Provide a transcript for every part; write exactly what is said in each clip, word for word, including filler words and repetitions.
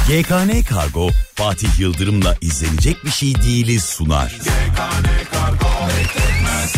G K N Kargo Fatih Yıldırım'la izlenecek bir şey değiliz sunar. G K N Kargo bekletmez.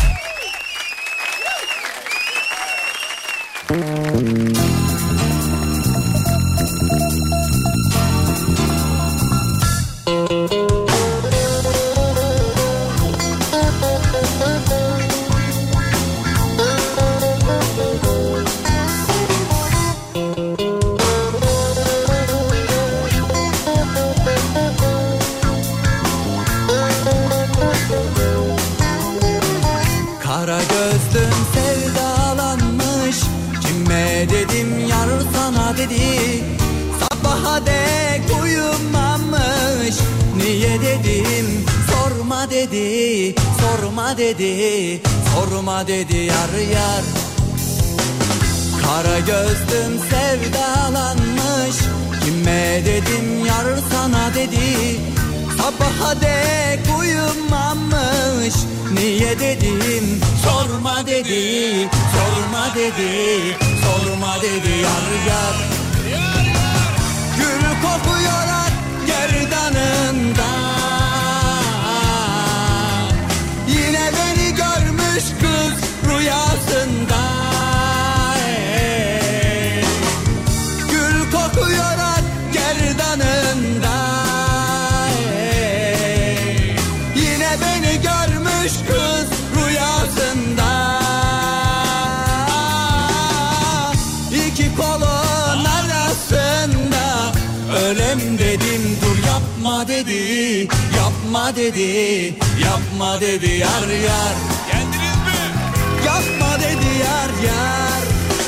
Dedi, sabaha dek uyumamış. Niye dedim, sorma dedi, sorma dedi, sorma dedi yar yar. Kara gözlüm sevdalanmış. Kime dedim yar sana dedi, sabaha dek uyumamış. Niye dedim, sorma dedi, sorma dedi, sorma dedi yar yar. Gül kokuyor ak gerdanında, yine beni görmüş kız rüyasında. Gül kokuyor ak gerdanında, yine beni görmüş kız rüyasında. İki kolun arasında ölem dedim, dur yapma dedi, yapma dedi, yapma dedi yar yar. Geldiniz mi? Yapma dedi yar yar.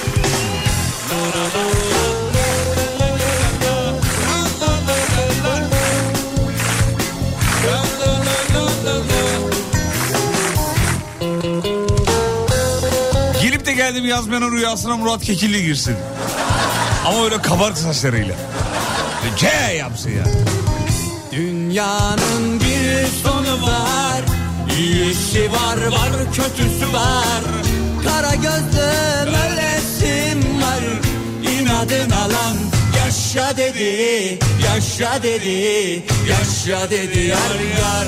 Gelip de geldim yazmanın rüyasına Murat Kekilli girsin. Ama öyle kabarık saçlarıyla. C yapsın ya. Dünyanın bir sonu var, iyisi var var kötüsü var. Kara gözlüm ölesim var, inadın alan yaşa dedi, yaşa dedi, yaşa dedi yar yar.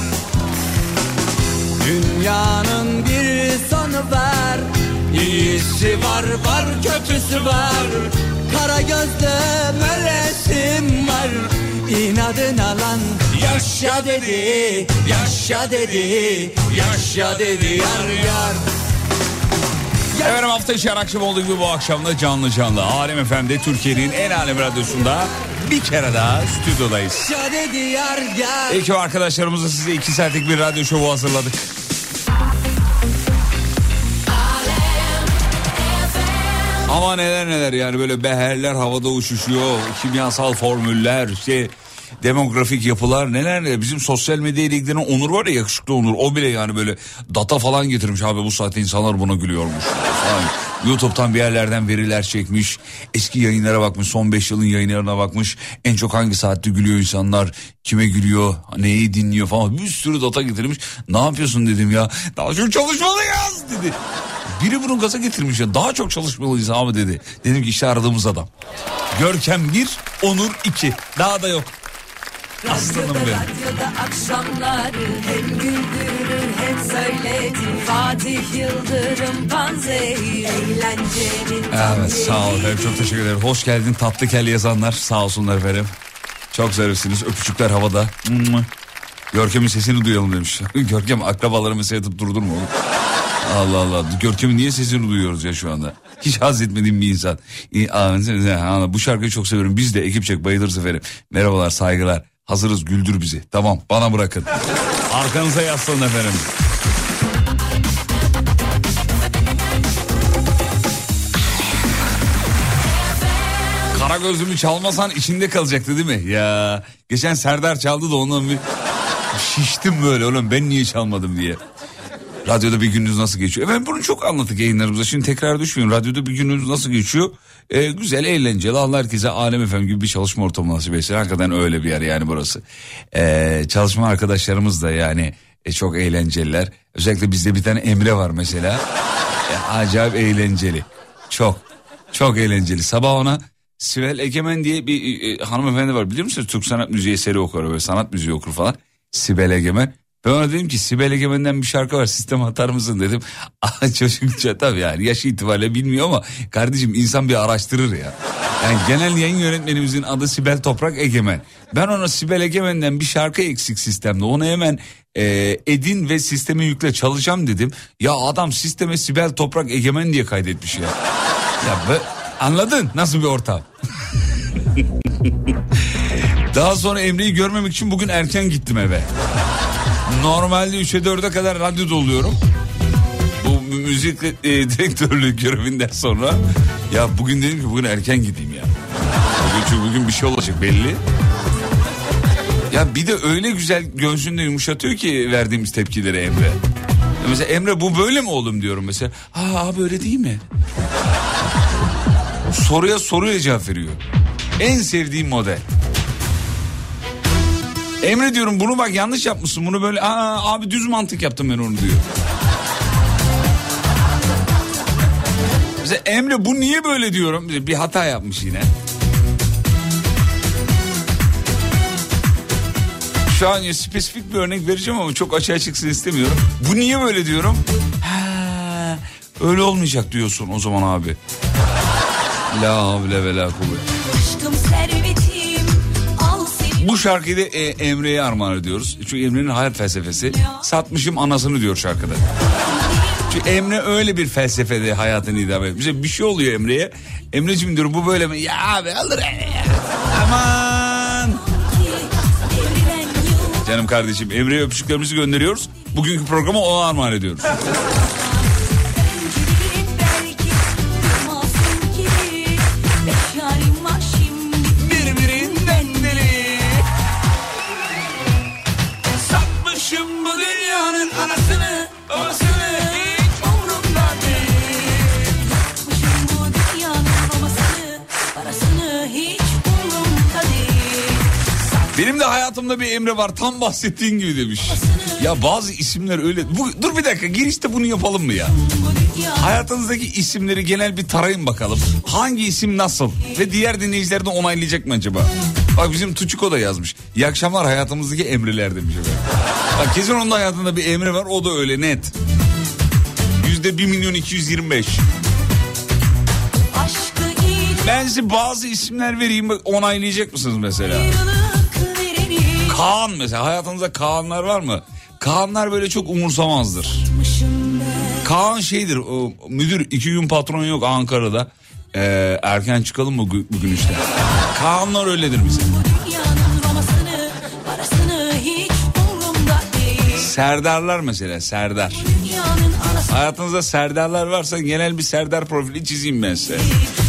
Dünyanın bir sonu var, iyisi var var kötüsü var. Kara gözlüm ölesim var, inadın alan yaşa dedi, yaşa dedi, yaşa dedi yar yar. Efendim hafta içi her akşam olduğu gibi bu akşamda canlı canlı Alem F M'de Türkiye'nin en alem radyosunda bir kere daha stüdyodayız. Yaşa dedi yar yar. Ekip arkadaşlarımızla size iki saatlik bir radyo şovu hazırladık. Ama neler neler yani, böyle beherler havada uçuşuyor, kimyasal formüller, işte demografik yapılar, neler neler. Bizim sosyal medyayla ilgilenen Onur var ya, yakışıklı Onur, o bile yani böyle data falan getirmiş abi, bu saatte insanlar buna gülüyormuş. Yani YouTube'dan bir yerlerden veriler çekmiş, eski yayınlara bakmış, son beş yılın yayınlarına bakmış, en çok hangi saatte gülüyor insanlar, kime gülüyor, neyi dinliyor falan, bir sürü data getirmiş. Ne yapıyorsun dedim ya, daha çok çalışmalıyız dedi. Biri bunu gaza getirmiş ya, daha çok çalışmalıyız abi dedi. Dedim ki işte aradığımız adam. Görkem bir, Onur iki, daha da yok. Aslanım benim. Radyoda akşamları hem güldürür hem söyletir. Fatih Yıldırım panzehir, eğlencenin tam Evet, sağ olun efendim, çok teşekkür ederim. Hoş geldin tatlı kel yazanlar, sağ olsunlar efendim. Çok zarifsiniz, öpücükler havada. Görkem'in sesini duyalım demiş. Görkem akrabalarımı seyredip durdun mu oğlum? Allah Allah, Görkem'in niye sesini duyuyoruz ya şu anda? Hiç haz etmediğim bir insan. Bu şarkıyı çok seviyorum, biz de ekipçek bayılırız efendim. Merhabalar, saygılar, hazırız, güldür bizi. Tamam, bana bırakın. Arkanıza yaslanın efendim. Kara gözlümü çalmasan içinde kalacaktı değil mi? Ya geçen Serdar çaldı da ondan bir şiştim böyle, oğlum ben niye çalmadım diye. Radyoda bir gününüz nasıl geçiyor? Efendim bunu çok anlattık yayınlarımızda. Şimdi tekrar düşmeyin. Radyoda bir gününüz nasıl geçiyor? Ee, güzel, eğlenceli. Allah herkese Alem F M gibi bir çalışma ortamı nasip etsin. Hakikaten öyle bir yer yani burası. Ee, çalışma arkadaşlarımız da yani e, çok eğlenceliler. Özellikle bizde bir tane Emre var mesela. E, acayip eğlenceli. Çok, çok eğlenceli. Sabah ona Sibel Egemen diye bir e, hanımefendi var, biliyor musunuz? Türk sanat müziği eseri okur, böyle sanat müziği okur falan. Sibel Egemen. Ben ona dedim ki Sibel Egemen'den bir şarkı var, sistem atar mısın dedim. Ah, çocukça tabii yani yaş itibariyle bilmiyor ama kardeşim insan bir araştırır ya. Yani genel yayın yönetmenimizin adı Sibel Toprak Egemen. Ben ona Sibel Egemen'den bir şarkı eksik sistemde, onu hemen e, edin ve sisteme yükle, çalacağım dedim. Ya adam sisteme Sibel Toprak Egemen diye kaydetmiş ya. Ya be, anladın nasıl bir ortam? Daha sonra Emre'yi görmemek için bugün erken gittim eve. Normalde üçe dörde kadar radyoda oluyorum. Bu müzik e, direktörlüğü görevinden sonra. Ya bugün dedim ki bugün erken gideyim ya. Bugün, çünkü bugün bir şey olacak belli. Ya bir de öyle güzel göğsünde yumuşatıyor ki verdiğimiz tepkileri Emre. Mesela Emre bu böyle mi oğlum diyorum mesela. Ha abi öyle değil mi? Soruya soruya cevap veriyor. En sevdiğim model. Emre diyorum bunu bak yanlış yapmışsın, bunu böyle aa abi düz mantık yaptım ben onu diyor. Mesela Emre bu niye böyle diyorum, bir hata yapmış yine. Şu an spesifik bir örnek vereceğim ama çok açığa çıksın istemiyorum. Bu niye böyle diyorum. Ha, öyle olmayacak diyorsun o zaman abi. La havle ve la kuvvet. Bu şarkıyı da e, Emre'ye armağan ediyoruz. Çünkü Emre'nin hayat felsefesi satmışım anasını diyor şarkıda. Çünkü Emre öyle bir felsefede hayatını idame ediyor. Bize bir şey oluyor Emre'ye. Emre'cim diyor bu böyle mi? Ya abi alır ya. Aman. Canım kardeşim Emre'ye öpücüklerimizi gönderiyoruz. Bugünkü programı ona armağan ediyoruz. Benim de hayatımda bir Emre var tam bahsettiğin gibi demiş. Ya bazı isimler öyle. Bu, dur bir dakika girişte bunu yapalım mı ya? Hayatınızdaki isimleri genel bir tarayın bakalım. Hangi isim nasıl? Ve diğer dinleyiciler de onaylayacak mı acaba? Bak bizim Tuçuko da yazmış. İyi akşamlar hayatımızdaki Emre'ler demiş. Bak kesin onun da hayatında bir Emre var, o da öyle net. Yüzde bir milyon iki yüz yirmi beş. Ben size bazı isimler vereyim, onaylayacak mısınız mesela? Kaan mesela, hayatınızda Kaanlar var mı? Kaanlar böyle çok umursamazdır. Kaan şeydir, o, müdür iki gün patron yok Ankara'da. Ee, erken çıkalım mı bugün işte? Kaanlar öyledir mesela. Serdarlar mesela, Serdar. Hayatınızda Serdarlar varsa genel bir Serdar profili çizeyim ben size.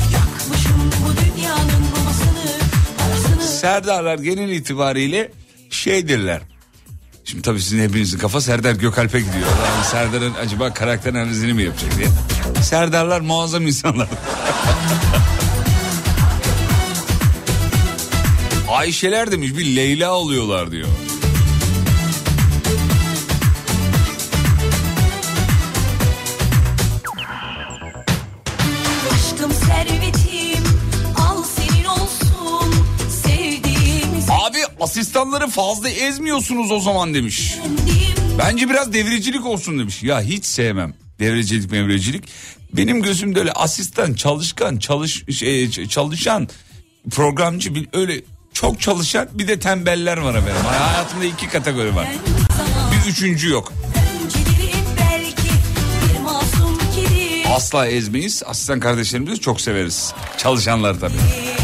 Serdarlar genel itibariyle şeydirler. Şimdi tabii sizin hepinizin kafa Serdar Gökalp'e gidiyor. Yani Serdar'ın acaba karakter analizini mi yapacak diye. Serdarlar muazzam insanlar. Ayşeler demiş bir Leyla oluyorlar diyor. Aşkım servetim al senin olsun sevdiğimiz. Abi asistanları fazla ezmiyorsunuz o zaman demiş. Bence biraz devrecilik olsun demiş. Ya hiç sevmem devrecilik mevrecilik. Benim gözümde öyle asistan, çalışkan, çalış şey, çalışan, programcı, bir öyle çok çalışan bir de tembeller var benim. Hayatımda iki kategori var. Bir üçüncü yok. Asla ezmeyiz. Asistan kardeşlerimizi çok severiz. Çalışanlar tabii.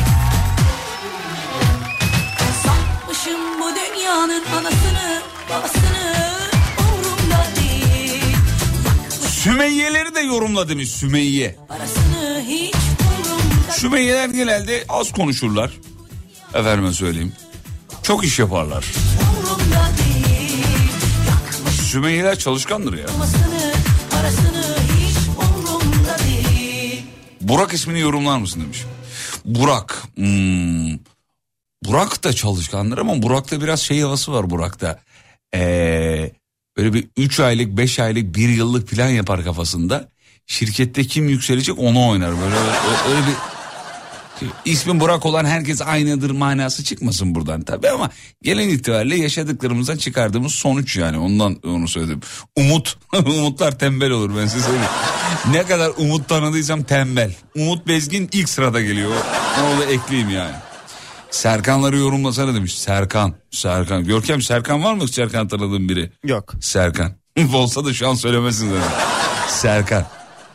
Satmışım bu dünyanın anasını, babasını, umurumda değil. Sümeyyeleri de yorumla demiş Sümeyye. Parasını hiç umurumda. Sümeyyeler genelde az konuşurlar. Efendime söyleyeyim. Çok iş yaparlar. Umurumda değil. Sümeyyeler çalışkandır ya. Babasını, parasını hiç umurumda değil. Burak ismini yorumlar mısın demiş. Burak. Hmm. Burak da çalışkandır ama Burak'ta biraz şey havası var Burak'ta. Ee, böyle bir üç aylık, beş aylık, bir yıllık plan yapar kafasında. Şirkette kim yükselecek onu oynar. Böyle öyle, öyle bir İsmi Burak olan herkes aynıdır manası çıkmasın buradan tabii ama gelen itibariyle yaşadıklarımızdan çıkardığımız sonuç yani ondan onu söyledim. Umut, umutlar tembel olur ben size söyleyeyim. Ne kadar umut tanıdıysam tembel. Umut Bezgin ilk sırada geliyor. Onu da ekleyeyim yani. Serkanları yorumlasana demiş. Serkan, Serkan. Görkem Serkan var mı Serkan tanıdığın biri? Yok. Serkan. Olsa da şu an söylemezsin zaten. Serkan.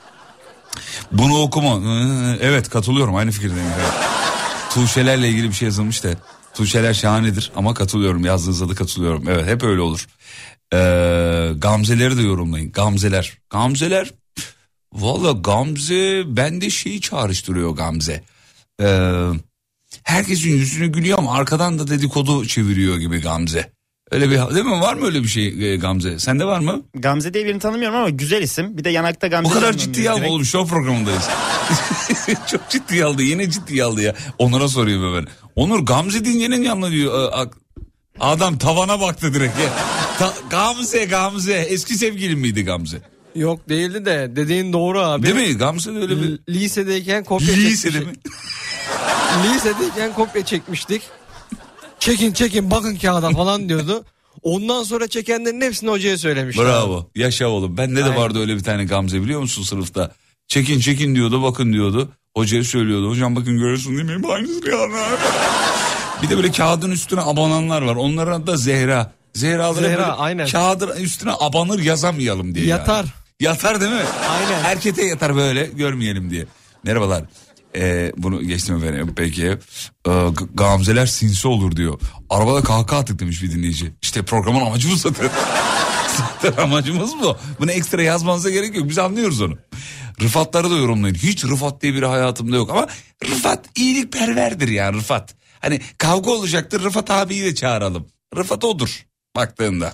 Bunu okuma. Evet katılıyorum aynı fikirdeyim. Tuğçelerle ilgili bir şey yazılmış da. Tuğçeler şahanedir ama katılıyorum. Yazdığınızda da katılıyorum. Evet hep öyle olur. Ee, Gamzeleri de yorumlayın. Gamzeler. Gamzeler. Valla Gamze bende şeyi çağrıştırıyor Gamze. Ee, herkesin yüzünü gülüyor ama arkadan da dedikodu çeviriyor gibi Gamze. Öyle bir değil mi? Var mı öyle bir şey Gamze? Sende var mı? Gamze diye birini tanımıyorum ama güzel isim. Bir de yanakta Gamze. O kadar ciddiye alma oğlum, show programındayız. Çok ciddiye aldı, yine ciddiye aldı ya. Onur'a soruyor ben. Onur Gamze deyince ne anlıyor? Adam tavana baktı direkt ya. Ta- Gamze Gamze eski sevgilin miydi Gamze? Yok değildi de dediğin doğru abi. Değil mi? Gamze de öyle bir... L- lisedeyken kopya Lisede çekmiştik. mi? Lisedeyken kopya çekmiştik. Çekin çekin bakın kağıda falan diyordu. Ondan sonra çekenlerin hepsini hocaya söylemişler. Bravo. Yaşa oğlum. Bende de Aynen. vardı öyle bir tane Gamze biliyor musun sınıfta? Çekin çekin diyordu, bakın diyordu. Hocaya söylüyordu. Hocam bakın görüyorsun değil mi? Aynısı ya. Bir de böyle kağıdın üstüne abananlar var. Onların adı da Zehra. Zehralara Zehra, böyle aynen. kağıdın üstüne abanır yazamayalım diye. Yatar. Yani. Yatar değil mi? Aynen. Erkete yatar böyle görmeyelim diye. Merhabalar. Ee, bunu geçtim efendim. Peki. Ee, Gamzeler sinsi olur diyor. Arabada kahkaha attık demiş bir dinleyici. İşte programın amacı bu zaten. Zaten amacımız bu. Bunu ekstra yazmanıza gerek yok. Biz anlıyoruz onu. Rıfatları da yorumlayın. Hiç Rıfat diye biri hayatımda yok ama Rıfat iyilikperverdir yani Rıfat. Hani kavga olacaktır, Rıfat abiyi de çağıralım. Rıfat odur baktığında.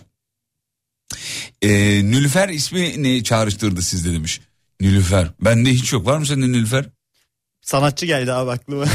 Ee, Nülüfer ismi ne çağrıştırdı sizde demiş. Nülüfer. Bende hiç yok. Var mı sende Nülüfer? Sanatçı geldi abi aklıma.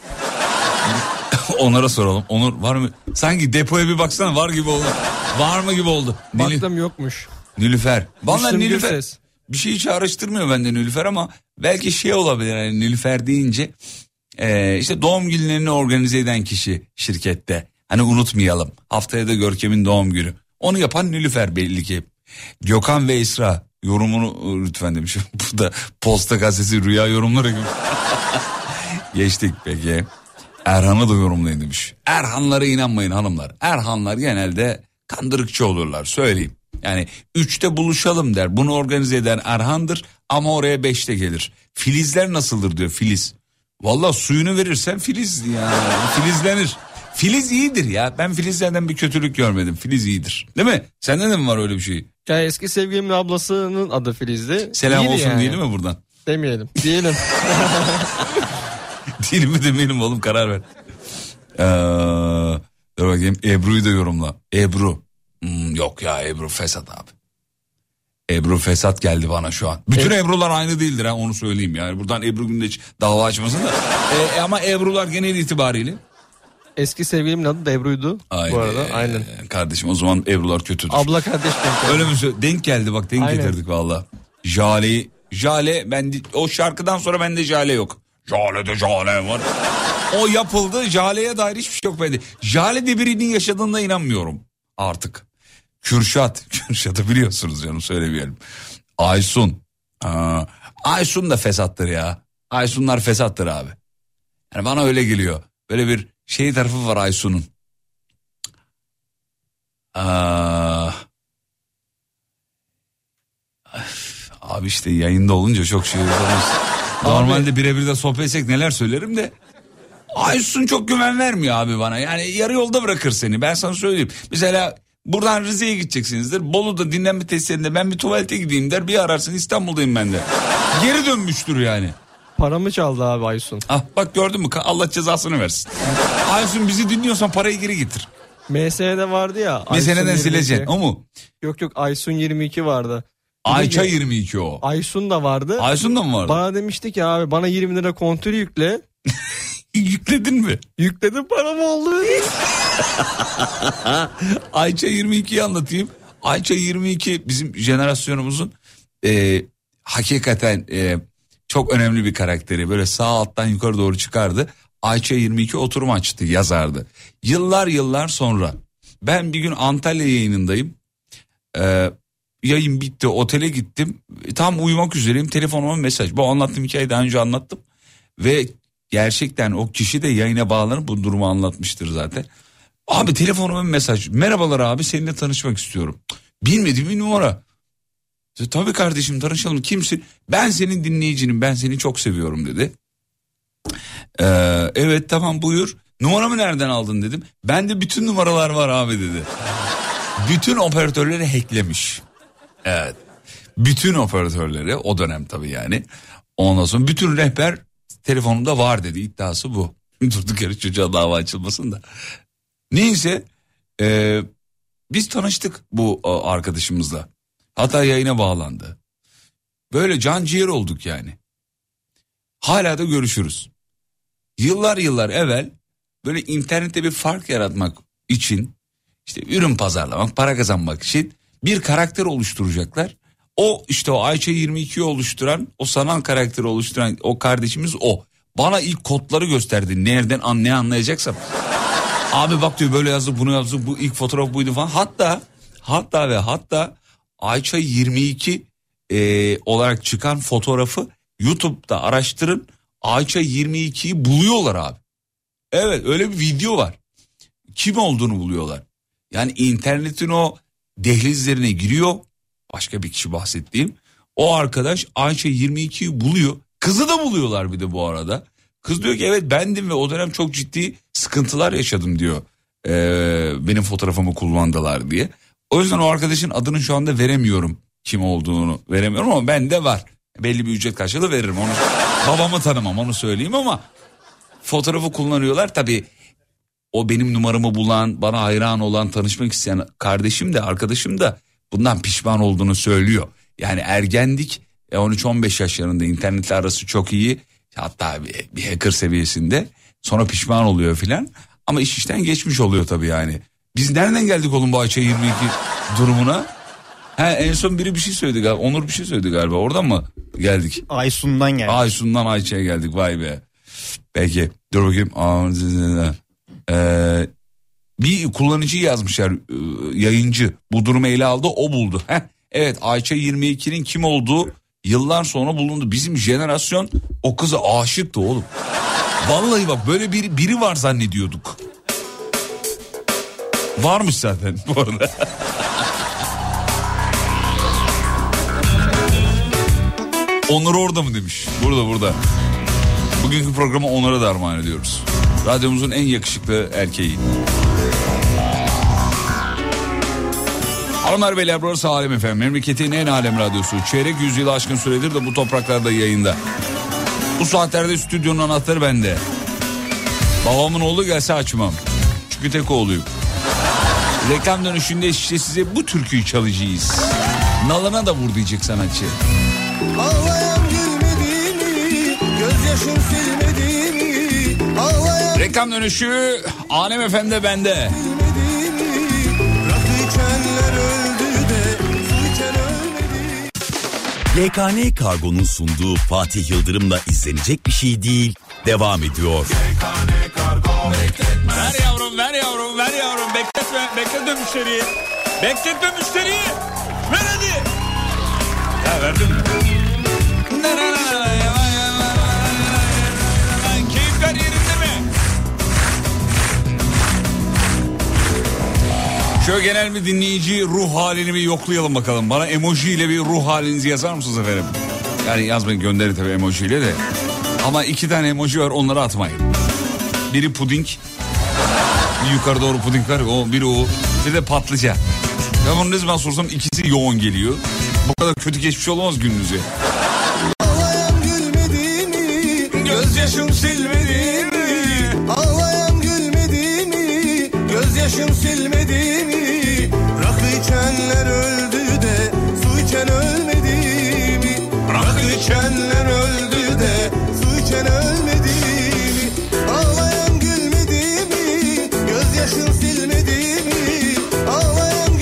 Onlara soralım. Onur var mı? Sanki depoya bir baksana, var gibi oldu. Var mı gibi oldu. Baktım yokmuş. Nülüfer. Vallahi Müslüm Nülüfer. Gürses. Bir şeyi çağrıştırmıyor bende Nülüfer ama belki şey olabilir. Yani Nülüfer deyince e, işte doğum günlerini organize eden kişi şirkette. Hani unutmayalım. Haftaya da Görkem'in doğum günü. Onu yapan Nülüfer belli ki. Gökhan ve Esra yorumunu lütfen demiş. Bu da Posta Gazetesi rüya yorumları gibi. Geçtik peki. Erhan'ı da yorumlayın demiş. Erhan'lara inanmayın hanımlar. Erhan'lar genelde kandırıkçı olurlar söyleyeyim. Yani üçte buluşalım der. Bunu organize eden Erhan'dır ama oraya beşte gelir. Filizler nasıldır diyor Filiz. Vallahi suyunu verirsen Filiz yani filizlenir. Filiz iyidir ya. Ben Filizlerden bir kötülük görmedim. Filiz iyidir. Değil mi? Sende de mi var öyle bir şey? Ya eski sevgilimin ablasının adı Filiz'di. Selam İyiydi olsun yani. diyelim mi buradan? Demeyelim. Diyelim. Diyelim mi demeyelim oğlum, karar ver. Ee, dur bakayım, Ebru'yu da yorumla. Ebru. Hmm, yok ya, Ebru fesat abi. Ebru fesat geldi bana şu an. Bütün evet. Ebru'lar aynı değildir ha, onu söyleyeyim yani. Buradan Ebru Gündeş dava açmasın da. E, ama Ebru'lar genel itibariyle. Eski sevgilimin adı da Ebru'ydu. Aynen. Bu arada aynen. Kardeşim o zaman Ebru'lar kötüdür. Abla kardeş denk. Öyle mi söylüyorsun? Denk geldi bak, denk aynen. getirdik valla. Jale'yi. Jale, ben o şarkıdan sonra bende Jale yok. Jale'de Jale var. O yapıldı, Jale'ye dair hiçbir şey yok bende. Jale'de birinin yaşadığına inanmıyorum artık. Kürşat, Kürşat'ı biliyorsunuz canım, söylemeyelim. Aysun. Aa, Aysun da fesattır ya. Aysunlar fesattır abi. Yani bana öyle geliyor. Böyle bir şey tarafı var Aysun'un. Aa, abi işte yayında olunca çok şey yapamıyoruz. Normalde birebir de sohbet etsek neler söylerim de. Aysun çok güven vermiyor abi bana. Yani yarı yolda bırakır seni, ben sana söyleyeyim. Mesela buradan Rize'ye gideceksinizdir. Bolu'da dinlenme tesislerinde ben bir tuvalete gideyim der. Bir ararsın, İstanbul'dayım ben de. Geri dönmüştür yani. Paramı çaldı abi Aysun. Ah bak, gördün mü, Allah cezasını versin. Aysun bizi dinliyorsan parayı geri getir. M S N'de vardı ya. M S N'den sileceksin o mu? Yok yok, Aysun yirmi iki vardı. Ayça yirmi iki o. Aysun da vardı. Aysun da mı vardı? Bana demişti ki abi bana yirmi lira kontür yükle. Yükledin mi? Yükledim, param oldu. Ayça yirmi ikiyi anlatayım. Ayça yirmi iki bizim jenerasyonumuzun e, hakikaten e, Çok önemli bir karakteri. Böyle sağ alttan yukarı doğru çıkardı. Ayça yirmi iki oturum açtı, yazardı. Yıllar yıllar sonra ben bir gün Antalya yayınındayım. Ee, yayın bitti, otele gittim. Tam uyumak üzereyim, telefonuma mesaj. Bu anlattığım hikayeyi daha önce anlattım. Ve gerçekten o kişi de yayına bağlanıp bu durumu anlatmıştır zaten. Abi telefonuma mesaj. Merhabalar abi, seninle tanışmak istiyorum. Bilmediğim bir numara. Tabii kardeşim, tanışalım, kimsin? Ben senin dinleyicinim, ben seni çok seviyorum dedi. Ee, evet tamam buyur. Numaramı nereden aldın dedim. Bende bütün numaralar var abi dedi. Bütün operatörleri hacklemiş. Evet. Bütün operatörleri o dönem tabii yani. Ondan sonra bütün rehber telefonumda var dedi, iddiası bu. Durduk yere çocuğa dava açılmasın da. Neyse e, biz tanıştık bu arkadaşımızla. Hatta yayına bağlandı. Böyle can ciğer olduk yani. Hala da görüşürüz. Yıllar yıllar evvel böyle internette bir fark yaratmak için, işte ürün pazarlamak, para kazanmak için bir karakter oluşturacaklar. O işte o Ayça yirmi ikiyi oluşturan, o sanal karakteri oluşturan o kardeşimiz o. Bana ilk kodları gösterdi, nereden an ne anlayacaksam. Abi bak diyor, böyle yazdık, bunu yazdık, bu ilk fotoğraf buydu falan. Hatta hatta ve hatta Ayça yirmi iki e, olarak çıkan fotoğrafı YouTube'da araştırın, Ayça yirmi ikiyi buluyorlar abi. Evet, öyle bir video var. Kim olduğunu buluyorlar. Yani internetin o dehlizlerine giriyor. Başka bir kişi bahsettiğim. O arkadaş Ayça yirmi ikiyi buluyor. Kızı da buluyorlar bir de bu arada. Kız diyor ki evet bendim ve o dönem çok ciddi sıkıntılar yaşadım diyor. Ee, benim fotoğrafımı kullandılar diye. O yüzden o arkadaşın adını şu anda veremiyorum. Kim olduğunu veremiyorum ama bende var. Belli bir ücret karşılığı veririm onu. Babamı tanımam, onu söyleyeyim, ama fotoğrafı kullanıyorlar. Tabii o benim numaramı bulan, bana hayran olan, tanışmak isteyen kardeşim de arkadaşım da bundan pişman olduğunu söylüyor. Yani ergendik, on üç on beş yaşlarında, internetle arası çok iyi. Hatta bir, bir hacker seviyesinde. Sonra pişman oluyor filan. Ama iş işten geçmiş oluyor tabii yani. Biz nereden geldik oğlum bu Ayça yirmi iki durumuna? Ha, en son biri bir şey söyledi galiba. Onur bir şey söyledi galiba. Oradan mı geldik? Aysun'dan geldik. Aysun'dan Ayça'ya geldik, vay be. Peki dur bakayım. Ee, bir kullanıcı yazmışlar, yayıncı bu durumu ele aldı, o buldu. Heh, evet, Ayça yirmi ikinin kim olduğu yıllar sonra bulundu. Bizim jenerasyon o kıza aşıktı oğlum. Vallahi bak, böyle bir, biri var zannediyorduk. Varmış zaten bu arada. Onur orada mı demiş? Burada burada. Bugünkü programı Onur'a da armağan ediyoruz. Radyomuzun en yakışıklı erkeği. Hanımlar beyler, burası Alem Efem. Memleketin en alem radyosu. Çeyrek yüzyılı aşkın süredir de bu topraklarda yayında. Bu saatlerde stüdyonun anahtarı bende. Babamın oğlu gelse açmam. Çünkü tek oğluyum. Reklam dönüşünde işte size bu türküyü çalacağız. Nalına da vur diyecek sanatçı. Ağlayan gülmediğini, gözyaşım silmediğini, ağlayan Reklam dönüşü Alem Efem'de bende. rakı içenler öldü de su içen ölmedi. Y K N Kargo'nun sunduğu Fatih Yıldırım'la izlenecek bir şey değil devam ediyor. Ver yavrum, ver yavrum, ver yavrum. Bekletme, bekletme müşteriyi. Bekletme müşteriyi. Ver hadi. Ya verdim mi? Keyifler yerinde mi? Şöyle genel bir dinleyici ruh halini bir yoklayalım bakalım. Bana emoji ile bir ruh halinizi yazar mısınız efendim? Yani yazmayın, gönderin tabii emoji ile de. Ama iki tane emoji var, onları atmayın. Biri puding. Bir yukarı doğru puding var. O, biri o. Bir de patlıcan. Ben bunu ne zaman sorsam ikisi yoğun geliyor. Bu kadar kötü geçmiş olamaz gününüze. Ağlayan gülmediğini, gözyaşım silmediğini, ağlayan gülmediğini, gözyaşım silmediğini, rakı içenler öldü de su içen ölmedi mi? Rakı içenler öldü de su içen ölmedi mi? Ağlayan gülmediğimi, gözyaşım silmediğimi, ağlayan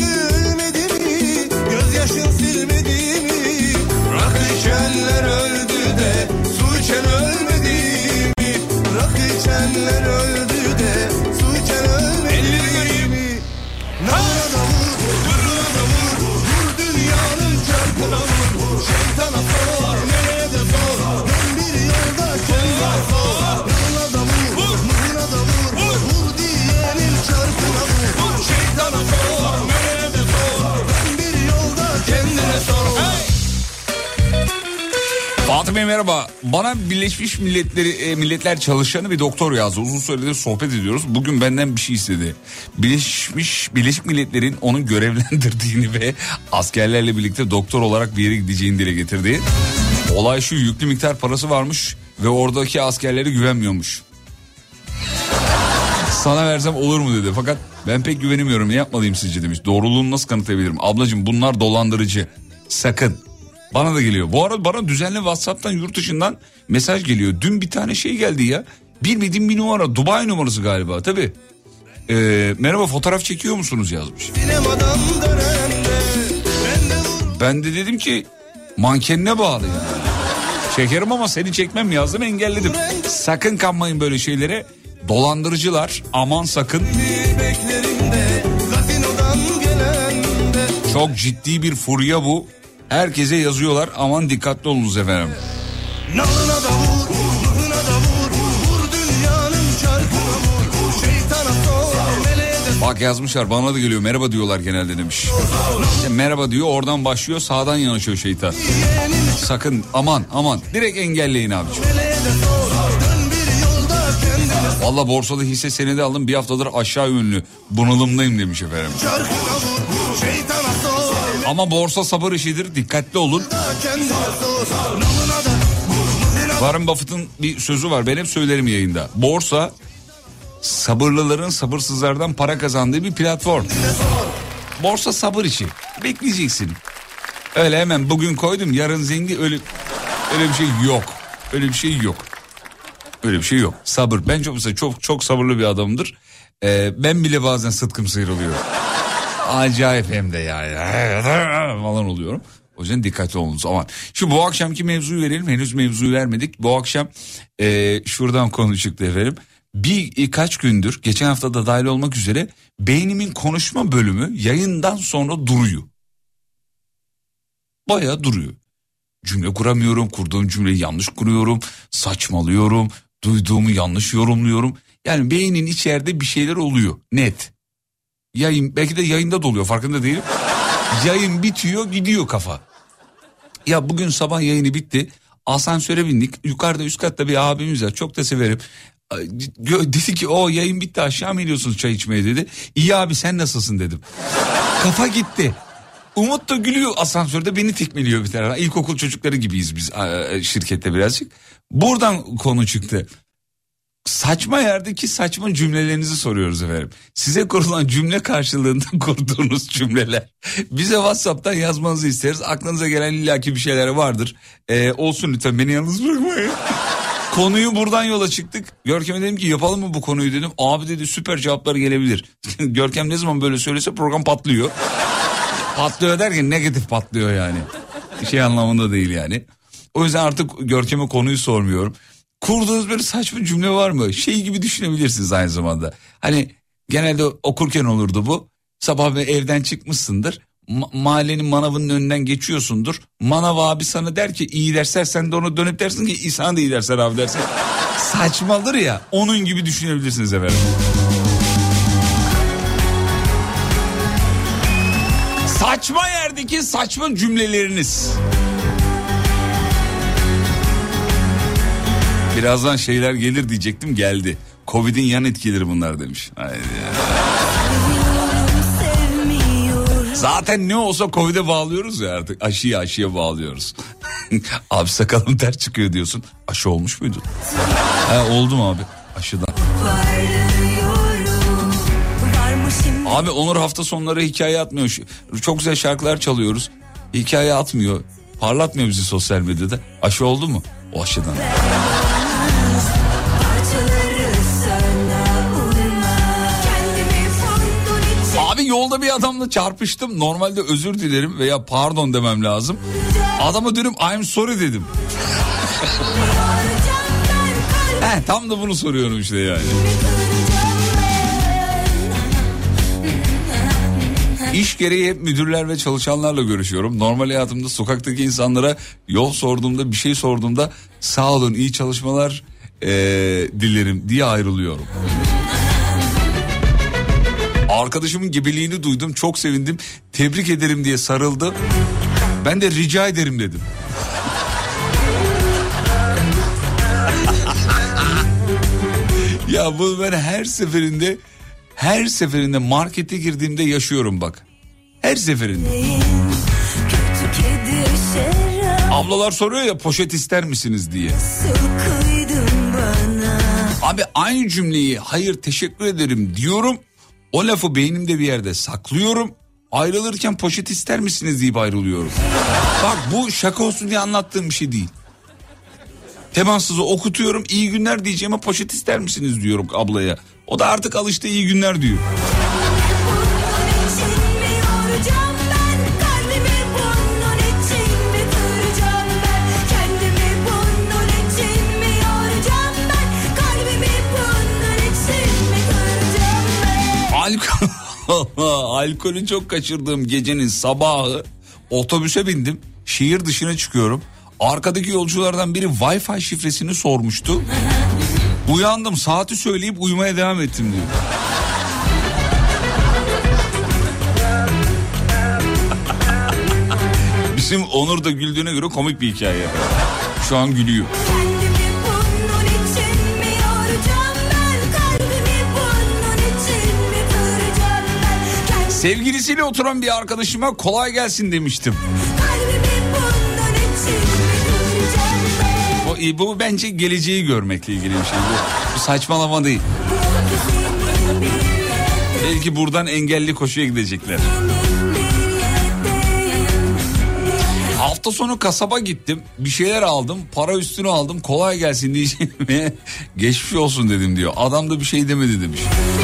gülmediğimi, gözyaşım silmediğimi, rakı içenler öldü de Fatih Bey merhaba. Bana Birleşmiş Milletleri e, Milletler çalışanı bir doktor yazdı. Uzun süredir sohbet ediyoruz. Bugün benden bir şey istedi. Birleşmiş Birleşik Milletler'in onu görevlendirdiğini ve askerlerle birlikte doktor olarak bir yere gideceğini dile getirdi. Olay şu, yüklü miktar parası varmış ve oradaki askerlere güvenmiyormuş. Sana versem olur mu dedi. Fakat ben pek güvenemiyorum. Ne yapmalıyım sizce demiş. Doğruluğunu nasıl kanıtlayabilirim? Ablacığım bunlar dolandırıcı. Sakın. Bana da geliyor. Bu arada bana düzenli WhatsApp'tan yurt dışından mesaj geliyor. Dün bir tane şey geldi ya. Bilmediğim bir numara. Dubai numarası galiba. Tabii. Ee, merhaba fotoğraf çekiyor musunuz yazmış. Ben de dedim ki mankenine bağlı yani. Çekerim ama seni çekmem yazdım, engelledim. Sakın kanmayın böyle şeylere. Dolandırıcılar, aman sakın. Çok ciddi bir furya bu. Herkese yazıyorlar, aman dikkatli olunuz efendim. Bak yazmışlar, bana da geliyor, merhaba diyorlar genelde demiş. İşte merhaba diyor, oradan başlıyor, sağdan yanaşıyor şeytan. Sakın, aman aman, direkt engelleyin abiciğim. Valla borsada hisse senedi aldım, bir haftadır aşağı yönlü bunalımdayım demiş efendim. Ama borsa sabır işidir, dikkatli olun. Warren Buffett'ın bir sözü var, ben hep söylerim yayında. Borsa sabırlıların sabırsızlardan para kazandığı bir platform. Borsa sabır işi, bekleyeceksin. Öyle hemen bugün koydum yarın zengin, öyle öyle bir şey yok. Öyle bir şey yok. Öyle bir şey yok. Sabır. Ben çok mesela çok çok sabırlı bir adamımdır. Ee, ben bile bazen sıtkım sıyrılıyor. Acayip hem de yani falan oluyorum. O yüzden dikkatli olunuz aman. Şu bu akşamki mevzuyu verelim. Henüz mevzuyu vermedik. Bu akşam e, şuradan konu çıktı efendim. Birkaç gündür, geçen hafta da dahil olmak üzere, beynimin konuşma bölümü yayından sonra duruyor. Bayağı duruyor. Cümle kuramıyorum, kurduğum cümleyi yanlış kuruyorum, saçmalıyorum, duyduğumu yanlış yorumluyorum. Yani beynin içeride bir şeyler oluyor, net. Yayın, belki de yayında da oluyor, farkında değilim. Yayın bitiyor, gidiyor kafa. Ya bugün sabah yayını bitti, asansöre bindik, yukarıda üst katta bir abimiz var, çok da severim. Dedi ki o yayın bitti, aşağı mı iniyorsunuz çay içmeye dedi. İyi abi sen nasılsın dedim. Kafa gitti. Umut da gülüyor asansörde, beni tekmeliyor bir tarafa. İlkokul çocukları gibiyiz biz şirkette birazcık. Buradan konu çıktı. Saçma yerdeki saçma cümlelerinizi soruyoruz efendim. Size kurulan cümle karşılığında kurduğunuz cümleler. Bize WhatsApp'tan yazmanızı isteriz. Aklınıza gelen illaki bir şeyler vardır. Ee, olsun lütfen, beni yalnız bırakmayın. Konuyu buradan yola çıktık. Görkem'e dedim ki yapalım mı bu konuyu dedim. Abi dedi süper cevaplar gelebilir. Görkem ne zaman böyle söylese program patlıyor. Patlıyor derken negatif patlıyor yani. Şey anlamında değil yani. O yüzden artık Görkem'e konuyu sormuyorum. Kurduğunuz böyle saçma cümle var mı? Şey gibi düşünebilirsiniz aynı zamanda. Hani genelde okurken olurdu bu. Sabah bir evden çıkmışsındır. Ma- mahallenin manavının önünden geçiyorsundur. Manav abi sana der ki iyi dersler, sen de onu dönüp dersin ki iyi sana da iyi dersler abi dersin. Saçmadır ya, onun gibi düşünebilirsiniz efendim. Saçma yerdeki saçma cümleleriniz. Birazdan şeyler gelir diyecektim, geldi. Covid'in yan etkileri bunlar demiş. Haydi. Zaten ne olsa Covid'e bağlıyoruz ya artık. Aşıya aşıya bağlıyoruz. Abi sakalım ters çıkıyor diyorsun. Aşı olmuş muydun? He oldu mu abi aşıdan? Abi Onur hafta sonları hikaye atmıyor. Çok güzel şarkılar çalıyoruz. Hikaye atmıyor. Parlatmıyor bizi sosyal medyada. Aşı oldu mu? O aşıdan. Abi yolda bir adamla çarpıştım. Normalde özür dilerim veya pardon demem lazım. Adama dönüp I'm sorry dedim. He, tam da bunu soruyorum işte yani. İş gereği hep müdürler ve çalışanlarla görüşüyorum. Normal hayatımda sokaktaki insanlara yol sorduğumda, bir şey sorduğumda sağ olun, iyi çalışmalar ee, dilerim diye ayrılıyorum. Arkadaşımın gebeliğini duydum, çok sevindim, tebrik ederim diye sarıldı. Ben de rica ederim dedim. Ya bu ben her seferinde her seferinde markete girdiğimde yaşıyorum bak. Her seferinde. Kötü kedi şeref Ablalar soruyor ya poşet ister misiniz diye. sıkıydın bana. Abi aynı cümleyi hayır teşekkür ederim diyorum. O lafı beynimde bir yerde saklıyorum. Ayrılırken poşet ister misiniz deyip ayrılıyorum. Bak bu şaka olsun diye anlattığım bir şey değil. Temassızı okutuyorum, iyi günler diyeceğime poşet ister misiniz diyorum ablaya. O da artık alıştı, iyi günler diyor. Bunun için mi yoracağım ben? Kalbimi bunun için mi kıracağım ben? Kendimi bunun için mi yoracağım ben? Kalbimi bunun için mi kıracağım ben? Alkol, alkolü çok kaçırdığım gecenin sabahı otobüse bindim. Şehir dışına çıkıyorum. Arkadaki yolculardan biri Wi-Fi şifresini sormuştu. Uyandım, saati söyleyip uyumaya devam ettim diyor. Bizim Onur da güldüğüne göre komik bir hikaye. Şu an gülüyor. Kendimi bunun için mi yoracağım ben? Kalbimi bunun için mi kıracağım ben? Kendimi Sevgilisiyle oturan bir arkadaşıma kolay gelsin demiştim. kalbimi bunun için mi kıracağım ben? Bu, bu bence geleceği görmekle ilgili bir şey. Bu, bu saçmalama değil. Belki buradan engelli koşuya gidecekler. Hafta sonu kasaba gittim. Bir şeyler aldım. Para üstünü aldım. Kolay gelsin diyeceğime geçmiş olsun dedim diyor. Adam da bir şey demedi demiş.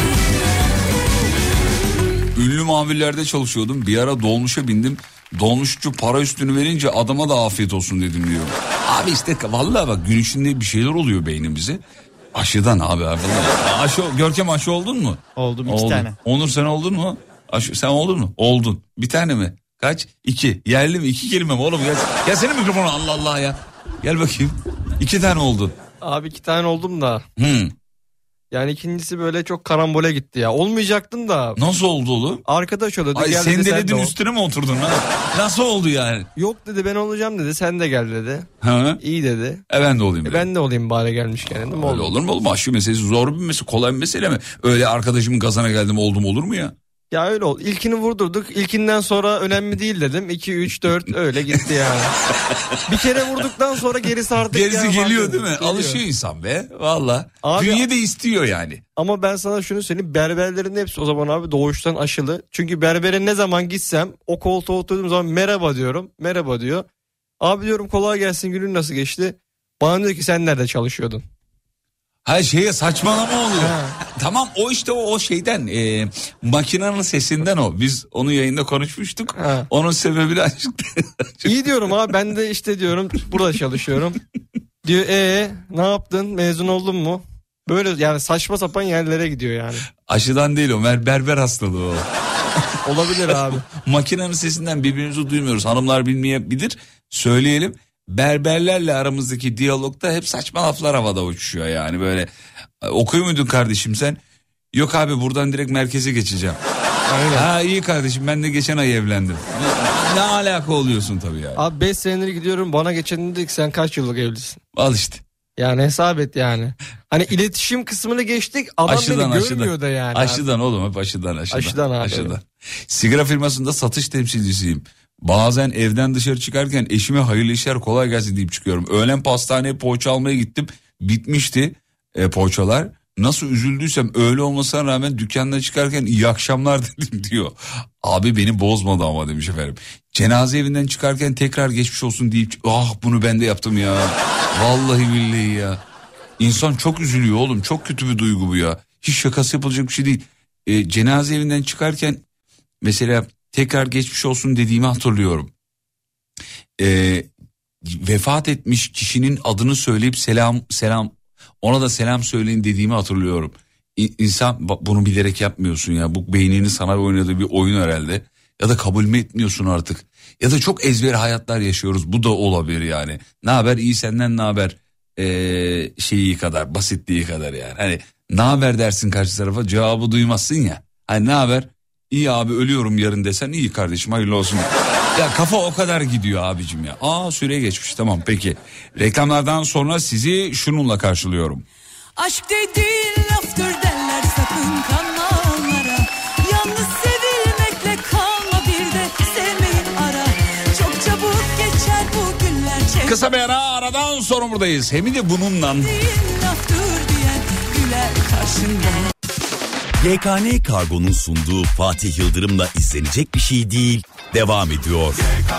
Ünlü muhabirlerde çalışıyordum. Bir ara dolmuşa bindim. Dolmuşçu para üstünü verince adama da afiyet olsun dedim diyor. Abi işte vallahi bak gün içinde bir şeyler oluyor beynimize. Aşıdan abi abi. Aşı, Görkem aşı oldun mu? Oldum iki Oldum. tane. Onur sen oldun mu? Aşı, sen oldun mu? Oldun. Bir tane mi? Kaç? İki. Yerli mi? İki kelime mi oğlum? Gel, gel senin mikrofonu Allah Allah ya. Gel bakayım. İki tane oldun. Abi iki tane oldum da. Hmm. Yani ikincisi böyle çok karambole gitti ya. Olmayacaktın da. Nasıl oldu oğlum? Arkadaş oluyordu. Ay Gel dedi, sen de sendeledin ol. üstüne mi oturdun ha? Nasıl oldu yani? Yok dedi, ben olacağım dedi. Sen de gel dedi. Ha? İyi dedi. E ben de olayım. E dedim. ben de olayım bari gelmişken dedim. Öyle Oldu. olur mu oğlum? Aşı meselesi zor bir mesele, kolay bir mesele mi? Öyle arkadaşımın gazına geldim oldum olur mu ya? Ya öyle oldu. İlkini vurdurduk. İlkinden sonra önemli değil dedim. iki, üç, dört öyle gitti yani. Bir kere vurduktan sonra gerisi artık. Gerisi yani geliyor fark değil mi? geliyor. Alışıyor insan be. Valla. Abi- Bünye de istiyor yani. Ama ben sana şunu söyleyeyim. Berberlerin hepsi o zaman abi doğuştan aşılı. Çünkü berbere ne zaman gitsem o koltuğa oturduğum zaman merhaba diyorum. Merhaba diyor. Abi diyorum kolay gelsin, günün nasıl geçti? Bana diyor ki sen nerede çalışıyordun? Ha şeye saçmalama oluyor. Ha. Tamam o işte o, o şeyden e, makinenin sesinden o. Biz onu yayında konuşmuştuk. Ha. Onun sebebini açıklı. İyi diyorum abi, ben de işte diyorum burada çalışıyorum. Diyor ee ne yaptın, mezun oldun mu? Böyle yani saçma sapan yerlere gidiyor yani. Aşıdan değil o mer- berber hastalığı o. Olabilir abi. Makinenin sesinden birbirimizi duymuyoruz. Hanımlar bilmeyebilir. Söyleyelim. Berberlerle aramızdaki diyalogda hep saçma laflar havada uçuşuyor yani böyle. Okuyor muydun kardeşim sen? Yok abi buradan direkt merkeze geçeceğim. Aynen. Ha iyi kardeşim ben de geçen ay evlendim. Ne, ne alaka oluyorsun tabii yani. Abi beş senedir gidiyorum, bana geçen dedik sen kaç yıllık evlisin? Al işte. Yani hesap et yani. Hani iletişim kısmını geçtik, adam Aşıdan beni aşıdan. görmüyor da yani. Aşıdan oğlum hep aşıdan aşıdan. Aşıdan abi, evet. Sigara firmasında satış temsilcisiyim. Bazen evden dışarı çıkarken eşime hayırlı işler kolay gelsin deyip çıkıyorum. Öğlen pastaneye poğaça almaya gittim. Bitmişti e, poğaçalar. Nasıl üzüldüysem öyle olmasına rağmen dükkandan çıkarken iyi akşamlar dedim diyor. Abi beni bozmadı ama demiş efendim. Cenaze evinden çıkarken tekrar geçmiş olsun deyip ah bunu ben de yaptım ya. Vallahi billahi ya. İnsan çok üzülüyor oğlum, çok kötü bir duygu bu ya. Hiç şakası yapılacak bir şey değil. E, cenaze evinden çıkarken mesela tekrar geçmiş olsun dediğimi hatırlıyorum. E, vefat etmiş kişinin adını söyleyip selam selam ona da selam söyleyin dediğimi hatırlıyorum. İnsan bunu bilerek yapmıyorsun ya. Bu beyninin sana oynadığı bir oyun herhalde. Ya da kabul mü etmiyorsun artık. Ya da çok ezber hayatlar yaşıyoruz. Bu da olabilir yani. Ne haber, iyi senden ne haber ee, şeyi kadar, basitliği kadar yani. Hani ne haber dersin karşı tarafa, cevabı duymazsın ya. Hani ne haber? İyi abi ölüyorum yarın desen iyi kardeşim hayırlı olsun. Ya kafa o kadar gidiyor abicim ya. Aa süre geçmiş tamam peki. Reklamlardan sonra sizi şununla karşılıyorum. Aşk dediğin laf laftır derler, sakın kanma onlara. Yalnız sevilmekle kalma, bir de sevmeyi ara. Çok çabuk geçer bu günler. Çevre Kısa bir ara, aradan sonra buradayız. Hem de bununla. laftır diyen güler karşında. G K N Kargo'nun sunduğu Fatih Yıldırım'la izlenecek bir şey değil devam ediyor.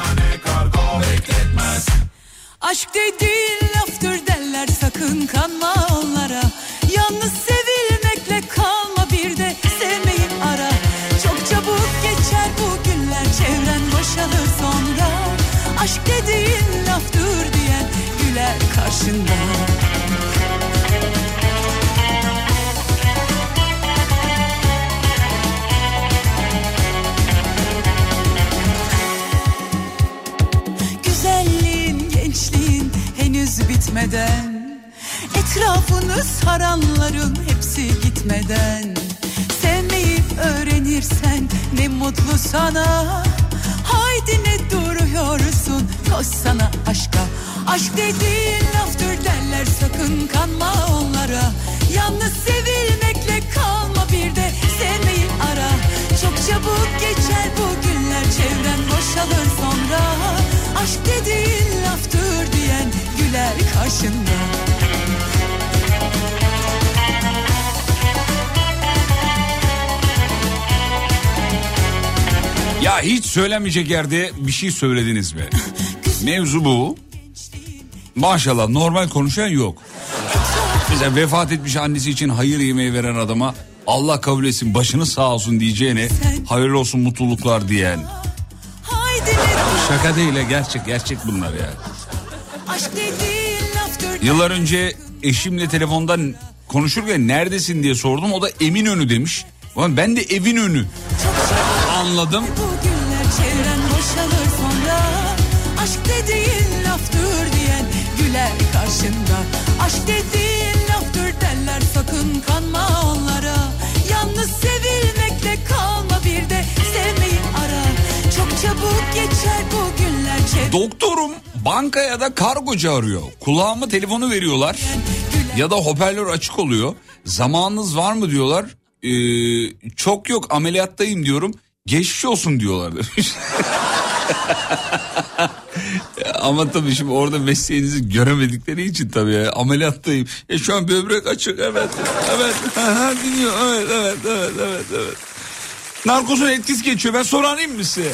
Aşk dediğin laftır derler, sakın kanma onlara. Yalnız sevilmekle kalma, bir de sevmeyi ara. Çok çabuk geçer bu günler, çevren boşalır sonra. Aşk dediğin laftır diyen güler karşında. Güzelliğin, gençliğin henüz bitmeden, etrafını saranların hepsi gitmeden, sevmeyi öğrenirsen ne mutlu sana. Haydi ne duruyorsun, koş sana aşka. Aşk dediğin laftır derler, sakın kanma onlara. Yalnız sevilmekle kalma, bir de sevmeyi ara. Çok çabuk geçer bu günler, çevren boşalır sonra. Aşk dediğin laftır diyen güler karşında. Ya hiç söylemeyecek yerde bir şey söylediniz mi? Mevzu bu. Maşallah normal konuşan yok. Mesela vefat etmiş annesi için hayır yemeği veren adama Allah kabul etsin, başını sağ olsun diyeceğine hayırlı olsun, mutluluklar diyen. Haydi ne Şaka değil, gerçek gerçek bunlar ya. aşk dediğin laftır. Yıllar önce eşimle telefondan konuşurken neredesin diye sordum, o da Eminönü demiş. Ulan ben de Evinönü anladım. Bu günler çevren boşalır sonra. Aşk dediğin laftır diyen güler karşında. Aşk dediğin laftır derler, sakın kanma onlara. Yalnız sevilmekle kalma, bir de sevmeyi ara. Çok çabuk geçer bu günler çevren. Doktorum bankaya da kargocu arıyor. Kulağıma telefonu veriyorlar ya da hoparlör açık oluyor. Zamanınız var mı diyorlar. Ee, çok yok, ameliyattayım diyorum. Geçmiş olsun diyorlar demiş. Ama tabii şimdi orada mesleğinizi göremedikleri için tabii ya, ameliyattayım. E şu an böbrek açık, evet evet dinliyor, evet evet evet evet evet. Narkozun etkisi geçiyor, ben sonra arayayım mı size?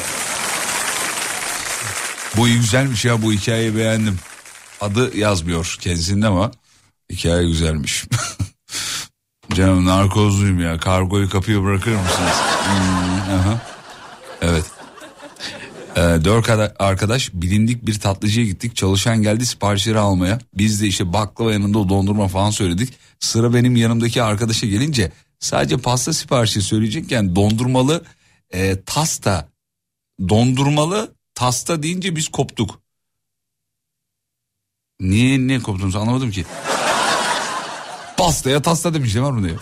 Bu güzelmiş ya, bu hikayeyi beğendim. Adı yazmıyor kendisinde ama hikaye güzelmiş. Canım narkozluyum ya, kargoyu kapıya bırakır mısınız? Hmm, aha. Evet. Ee, dört arkadaş bilindik bir tatlıcıya gittik. Çalışan geldi siparişleri almaya. Biz de işte baklava yanında dondurma falan söyledik. Sıra benim yanımdaki arkadaşa gelince sadece pasta siparişi söyleyecekken dondurmalı e, tasta, dondurmalı tasta deyince biz koptuk. Niye niye koptunuz anlamadım ki. Pastaya tasta demiş, ne var mı diyor.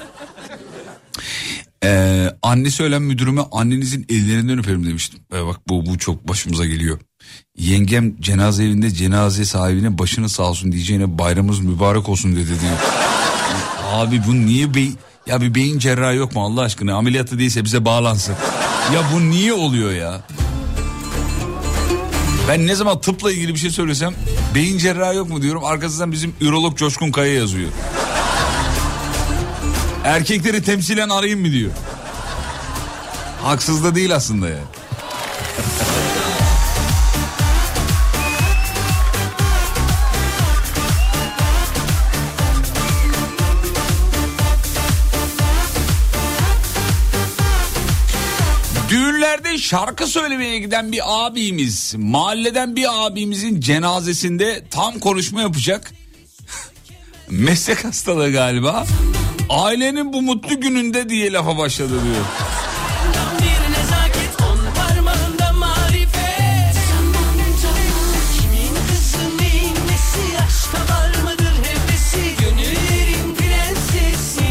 Ee, annesi ölen müdürüme annenizin ellerinden öperim demiştim. Ee, bak bu, bu çok başımıza geliyor. Yengem cenaze evinde cenaze sahibine başını sağ olsun diyeceğine bayramımız mübarek olsun dedi diyor. Abi bu niye bey... Ya bir beyin cerrahı yok mu Allah aşkına? Ameliyatı değilse bize bağlansın. Ya bu niye oluyor ya? Ben ne zaman tıpla ilgili bir şey söylesem beyin cerrahı yok mu diyorum. Arkasından bizim ürolog Coşkun Kaya yazıyor. Erkekleri temsilen arayayım mı diyor. Haksız da değil aslında ya. Düğünlerde şarkı söylemeye giden bir abimiz, mahalleden bir abimizin cenazesinde tam konuşma yapacak. Meslek hastalığı galiba. Ailenin bu mutlu gününde diye lafa başladı diyor. Bir nezaket on parmağında marifet. Kimin kızı neyin nesi, aşka var mıdır hevesi, gönüllerin prensesi.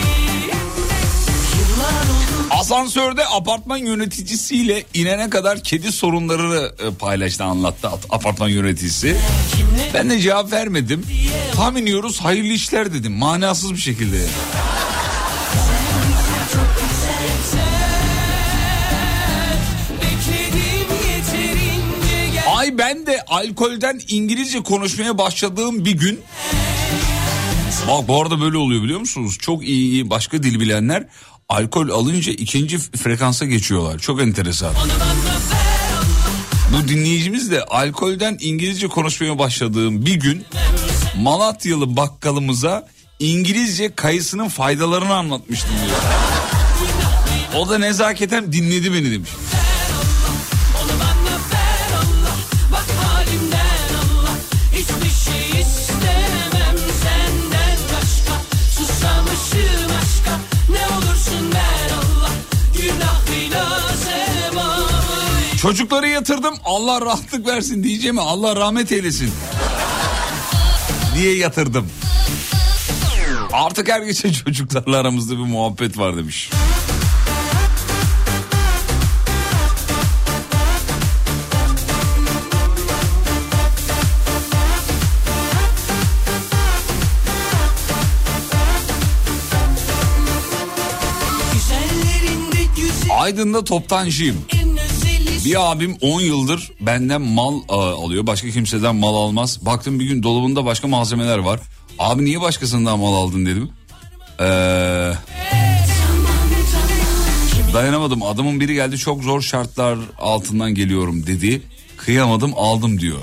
Yıllar oldu. Asansörde apartman yöneticisiyle inene kadar kedi sorunlarını paylaştı, anlattı apartman yöneticisi. Ben de cevap vermedim. Tam iniyoruz, hayırlı işler dedim manasız bir şekilde. Peki ben de alkolden İngilizce konuşmaya başladığım bir gün... Bak bu arada böyle oluyor biliyor musunuz? Çok iyi, iyi başka dil bilenler alkol alınca ikinci frekansa geçiyorlar. Çok enteresan. Bu dinleyicimiz de alkolden İngilizce konuşmaya başladığım bir gün Malatyalı bakkalımıza İngilizce kayısının faydalarını anlatmıştım diyor. O da nezaketen dinledi beni demiş. Çocukları yatırdım, Allah rahatlık versin diyeceğim, Allah rahmet eylesin diye yatırdım. Artık her gece çocuklarla aramızda bir muhabbet var demiş. Aydın'da toptancıyım. Bir abim on yıldır benden mal alıyor. Başka kimseden mal almaz. Baktım bir gün dolabında başka malzemeler var. Abi niye başkasından mal aldın dedim. Ee, dayanamadım. Adamın biri geldi, çok zor şartlar altından geliyorum dedi. Kıyamadım, aldım diyor.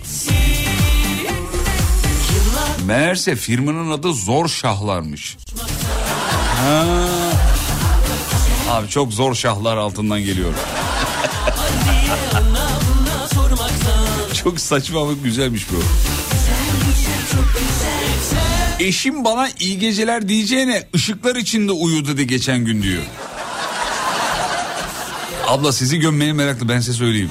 Meğerse firmanın adı Zor Şahlarmış. Ha. Abi çok zor şahlar altından geliyor. Çok saçma ama güzelmiş bu. Eşim bana iyi geceler diyeceğine ışıklar içinde uyudu de geçen gün diyor. Abla sizi gömmeye meraklı, ben size söyleyeyim.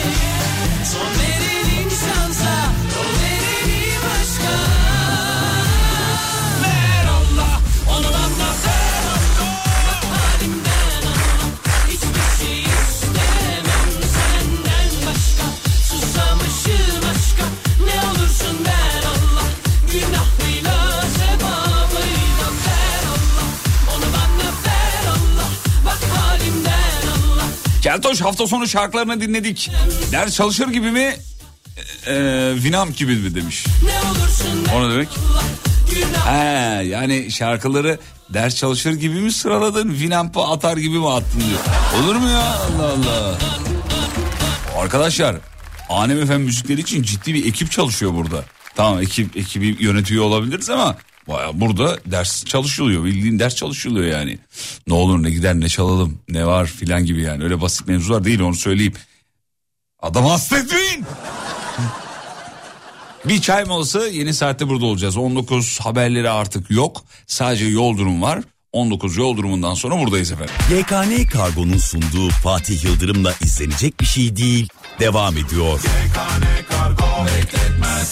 Keltoş hafta sonu şarkılarını dinledik. Ders çalışır gibi mi? Ee, Winamp gibi mi demiş. O ne demek? He, yani şarkıları ders çalışır gibi mi sıraladın? Winamp'a atar gibi mi attın diyor. Olur mu ya? Allah Allah. Arkadaşlar, Alem F M müzikleri için ciddi bir ekip çalışıyor burada. Tamam, ekip ekibi yönetiyor olabiliriz ama bayağı burada ders çalışılıyor. Bildiğin ders çalışılıyor yani. Ne olur ne gider ne çalalım ne var filan gibi yani. Öyle basit mevzular değil, onu söyleyeyim. Adamı hasta etmeyin. Bir çay molası, yeni saatte burada olacağız. on dokuz haberleri artık yok. Sadece yol durum var. on dokuz yol durumundan sonra buradayız efendim. Y K N Kargo'nun sunduğu Fatih Yıldırım'la izlenecek bir şey değil devam ediyor. Y K N Kargo bekletmez.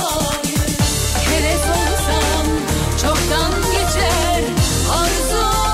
Çoktan geçer arzu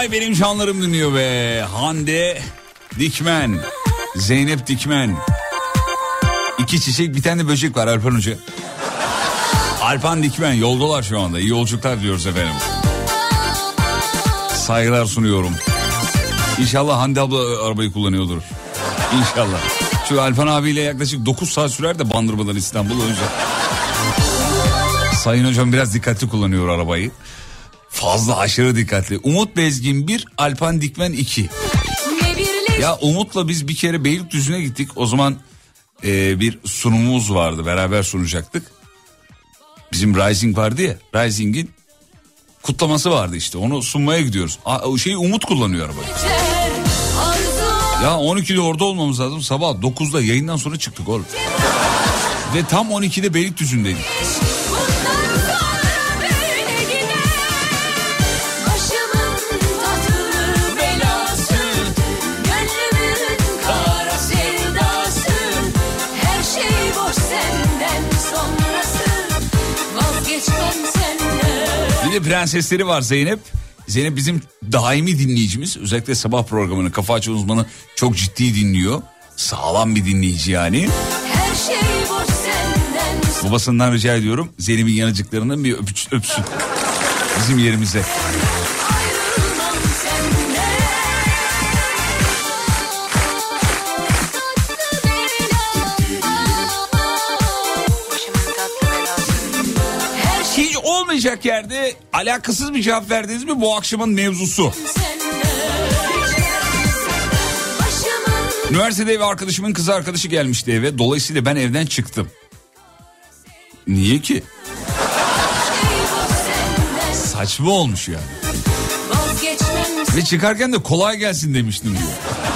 Vay benim canlarım dinliyor be. Hande Dikmen, Zeynep Dikmen. İki çiçek bir tane de böcek var Alpan Hoca. Alpan Dikmen yoldalar şu anda. İyi yolculuklar diyoruz efendim. Saygılar sunuyorum. İnşallah Hande abla arabayı kullanıyordur. İnşallah. Şu Alpan abiyle yaklaşık dokuz saat sürer de Bandırma'dan İstanbul'a önce. Sayın hocam biraz dikkatli kullanıyor arabayı. Fazla aşırı dikkatli. Umut Bezgin bir, Alpan Dikmen iki. Ya Umut'la biz bir kere Beylikdüzü'ne gittik. O zaman e, bir sunumumuz vardı. Beraber sunacaktık. Bizim Rising vardı ya. Rising'in kutlaması vardı işte. Onu sunmaya gidiyoruz. O şeyi Umut kullanıyor arabayı. Ya on ikide orada olmamız lazım. Sabah dokuzda yayından sonra çıktık oğlum. Ve tam on ikide Beylikdüzü'ndeydik. Bir de prensesleri var Zeynep. Zeynep bizim daimi dinleyicimiz. Özellikle sabah programını Kafa Açan Uzmanı çok ciddi dinliyor. Sağlam bir dinleyici yani. Şey babasından rica ediyorum Zeynep'in yanıcıklarından bir öpüç, öpsün. Bizim yerimize. Hiç olmayacak yerde alakasız bir cevap verdiniz mi bu akşamın mevzusu? Üniversitede ev arkadaşımın kız arkadaşı gelmişti eve. Dolayısıyla ben evden çıktım. Niye ki? Saçma olmuş yani. Ve çıkarken de kolay gelsin demiştim diyor.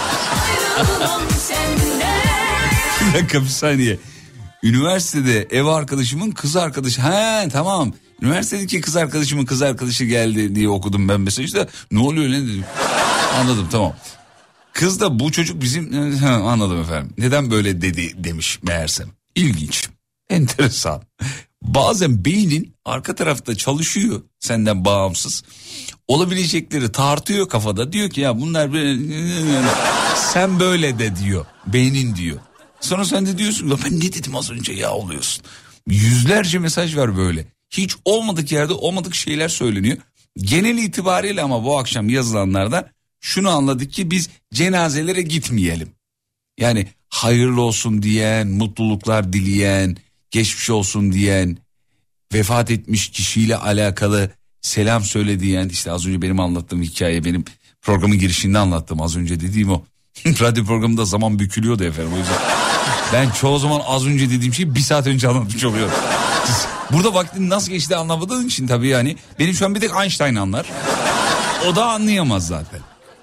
Bir dakika bir saniye. Üniversitede ev arkadaşımın kız arkadaşı. He tamam. Üniversitedeki kız arkadaşımın kız arkadaşı geldi diye okudum ben mesajda. Ne oluyor ne dedim. Anladım tamam. Kız da bu çocuk bizim he, anladım efendim. Neden böyle dedi demiş meğersem. İlginç. Enteresan. Bazen beynin arka tarafta çalışıyor senden bağımsız. Olabilecekleri tartıyor kafada. Diyor ki ya bunlar böyle sen böyle de diyor. Beynin diyor. Sonra sen de diyorsun ya ben ne dedim az önce ya oluyorsun. Yüzlerce mesaj var böyle. Hiç olmadık yerde olmadık şeyler söyleniyor. Genel itibariyle ama bu akşam yazılanlarda şunu anladık ki biz cenazelere gitmeyelim. Yani hayırlı olsun diyen, mutluluklar dileyen, geçmiş olsun diyen, vefat etmiş kişiyle alakalı selam söyle diyen, işte az önce benim anlattığım hikaye, benim programın girişinde anlattım az önce dediğim o. Radyo programında zaman bükülüyordu efendim o yüzden. Ben çoğu zaman az önce dediğim şeyi bir saat önce anlatmış oluyorum. Burada vaktin nasıl geçtiği anlamadığın için tabii yani. Benim şu an bir tek Einstein anlar. O da anlayamaz zaten.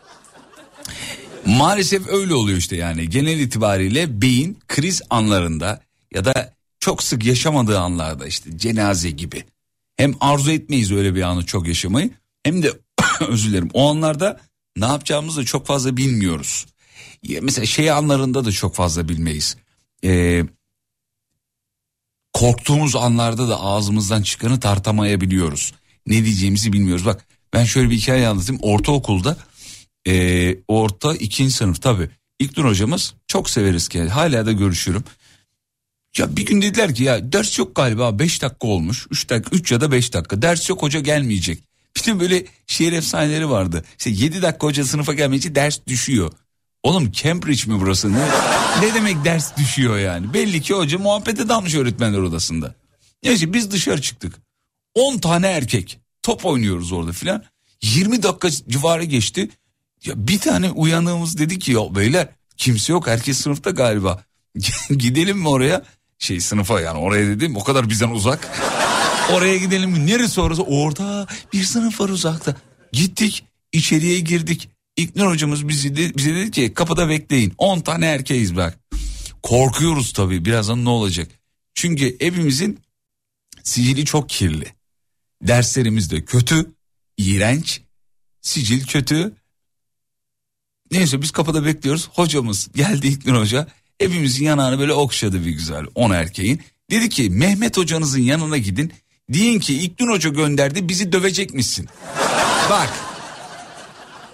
Maalesef öyle oluyor işte yani. Genel itibariyle beyin kriz anlarında ya da çok sık yaşamadığı anlarda işte cenaze gibi. Hem arzu etmeyiz öyle bir anı çok yaşamayı hem de özür dilerim o anlarda ne yapacağımızı çok fazla bilmiyoruz. Mesela şey anlarında da çok fazla bilmeyiz. Ee, korktuğumuz anlarda da ağzımızdan çıkanı tartamayabiliyoruz. Ne diyeceğimizi bilmiyoruz. Bak ben şöyle bir hikaye anlatayım. Ortaokulda e, orta ikinci sınıf tabii. İlknur hocamız çok severiz ki hala da görüşürüm. Ya bir gün dediler ki ya ders yok galiba beş dakika olmuş. üç dakika üç ya da beş dakika ders yok hoca gelmeyecek. Bir de böyle şehir efsaneleri vardı. İşte yedi dakika hoca sınıfa gelmeyince ders düşüyor. Oğlum Cambridge mi burası? Ne, ne demek ders düşüyor yani? Belli ki hoca muhabbete dalmış öğretmenler odasında. Neyse biz dışarı çıktık. on tane erkek top oynuyoruz orada filan. yirmi dakika civarı geçti. Ya bir tane uyanığımız dedi ki ya beyler kimse yok herkes sınıfta galiba. Gidelim mi oraya? Şey sınıfa yani oraya dedim o kadar bizden uzak. Oraya gidelim mi? Neresi orası? Orada bir sınıf var uzakta. Gittik içeriye girdik. İlknur hocamız bizi de, bize dedi ki kapıda bekleyin. on tane erkeğiz bak. Korkuyoruz tabii birazdan ne olacak? Çünkü evimizin sicili çok kirli. Derslerimiz de kötü, iğrenç, sicil kötü. Neyse biz kapıda bekliyoruz. Hocamız geldi İlknur hoca. Evimizin yanağını böyle okşadı bir güzel on erkeğin. Dedi ki Mehmet hocanızın yanına gidin. Deyin ki İlknur hoca gönderdi bizi dövecekmişsin. Bak.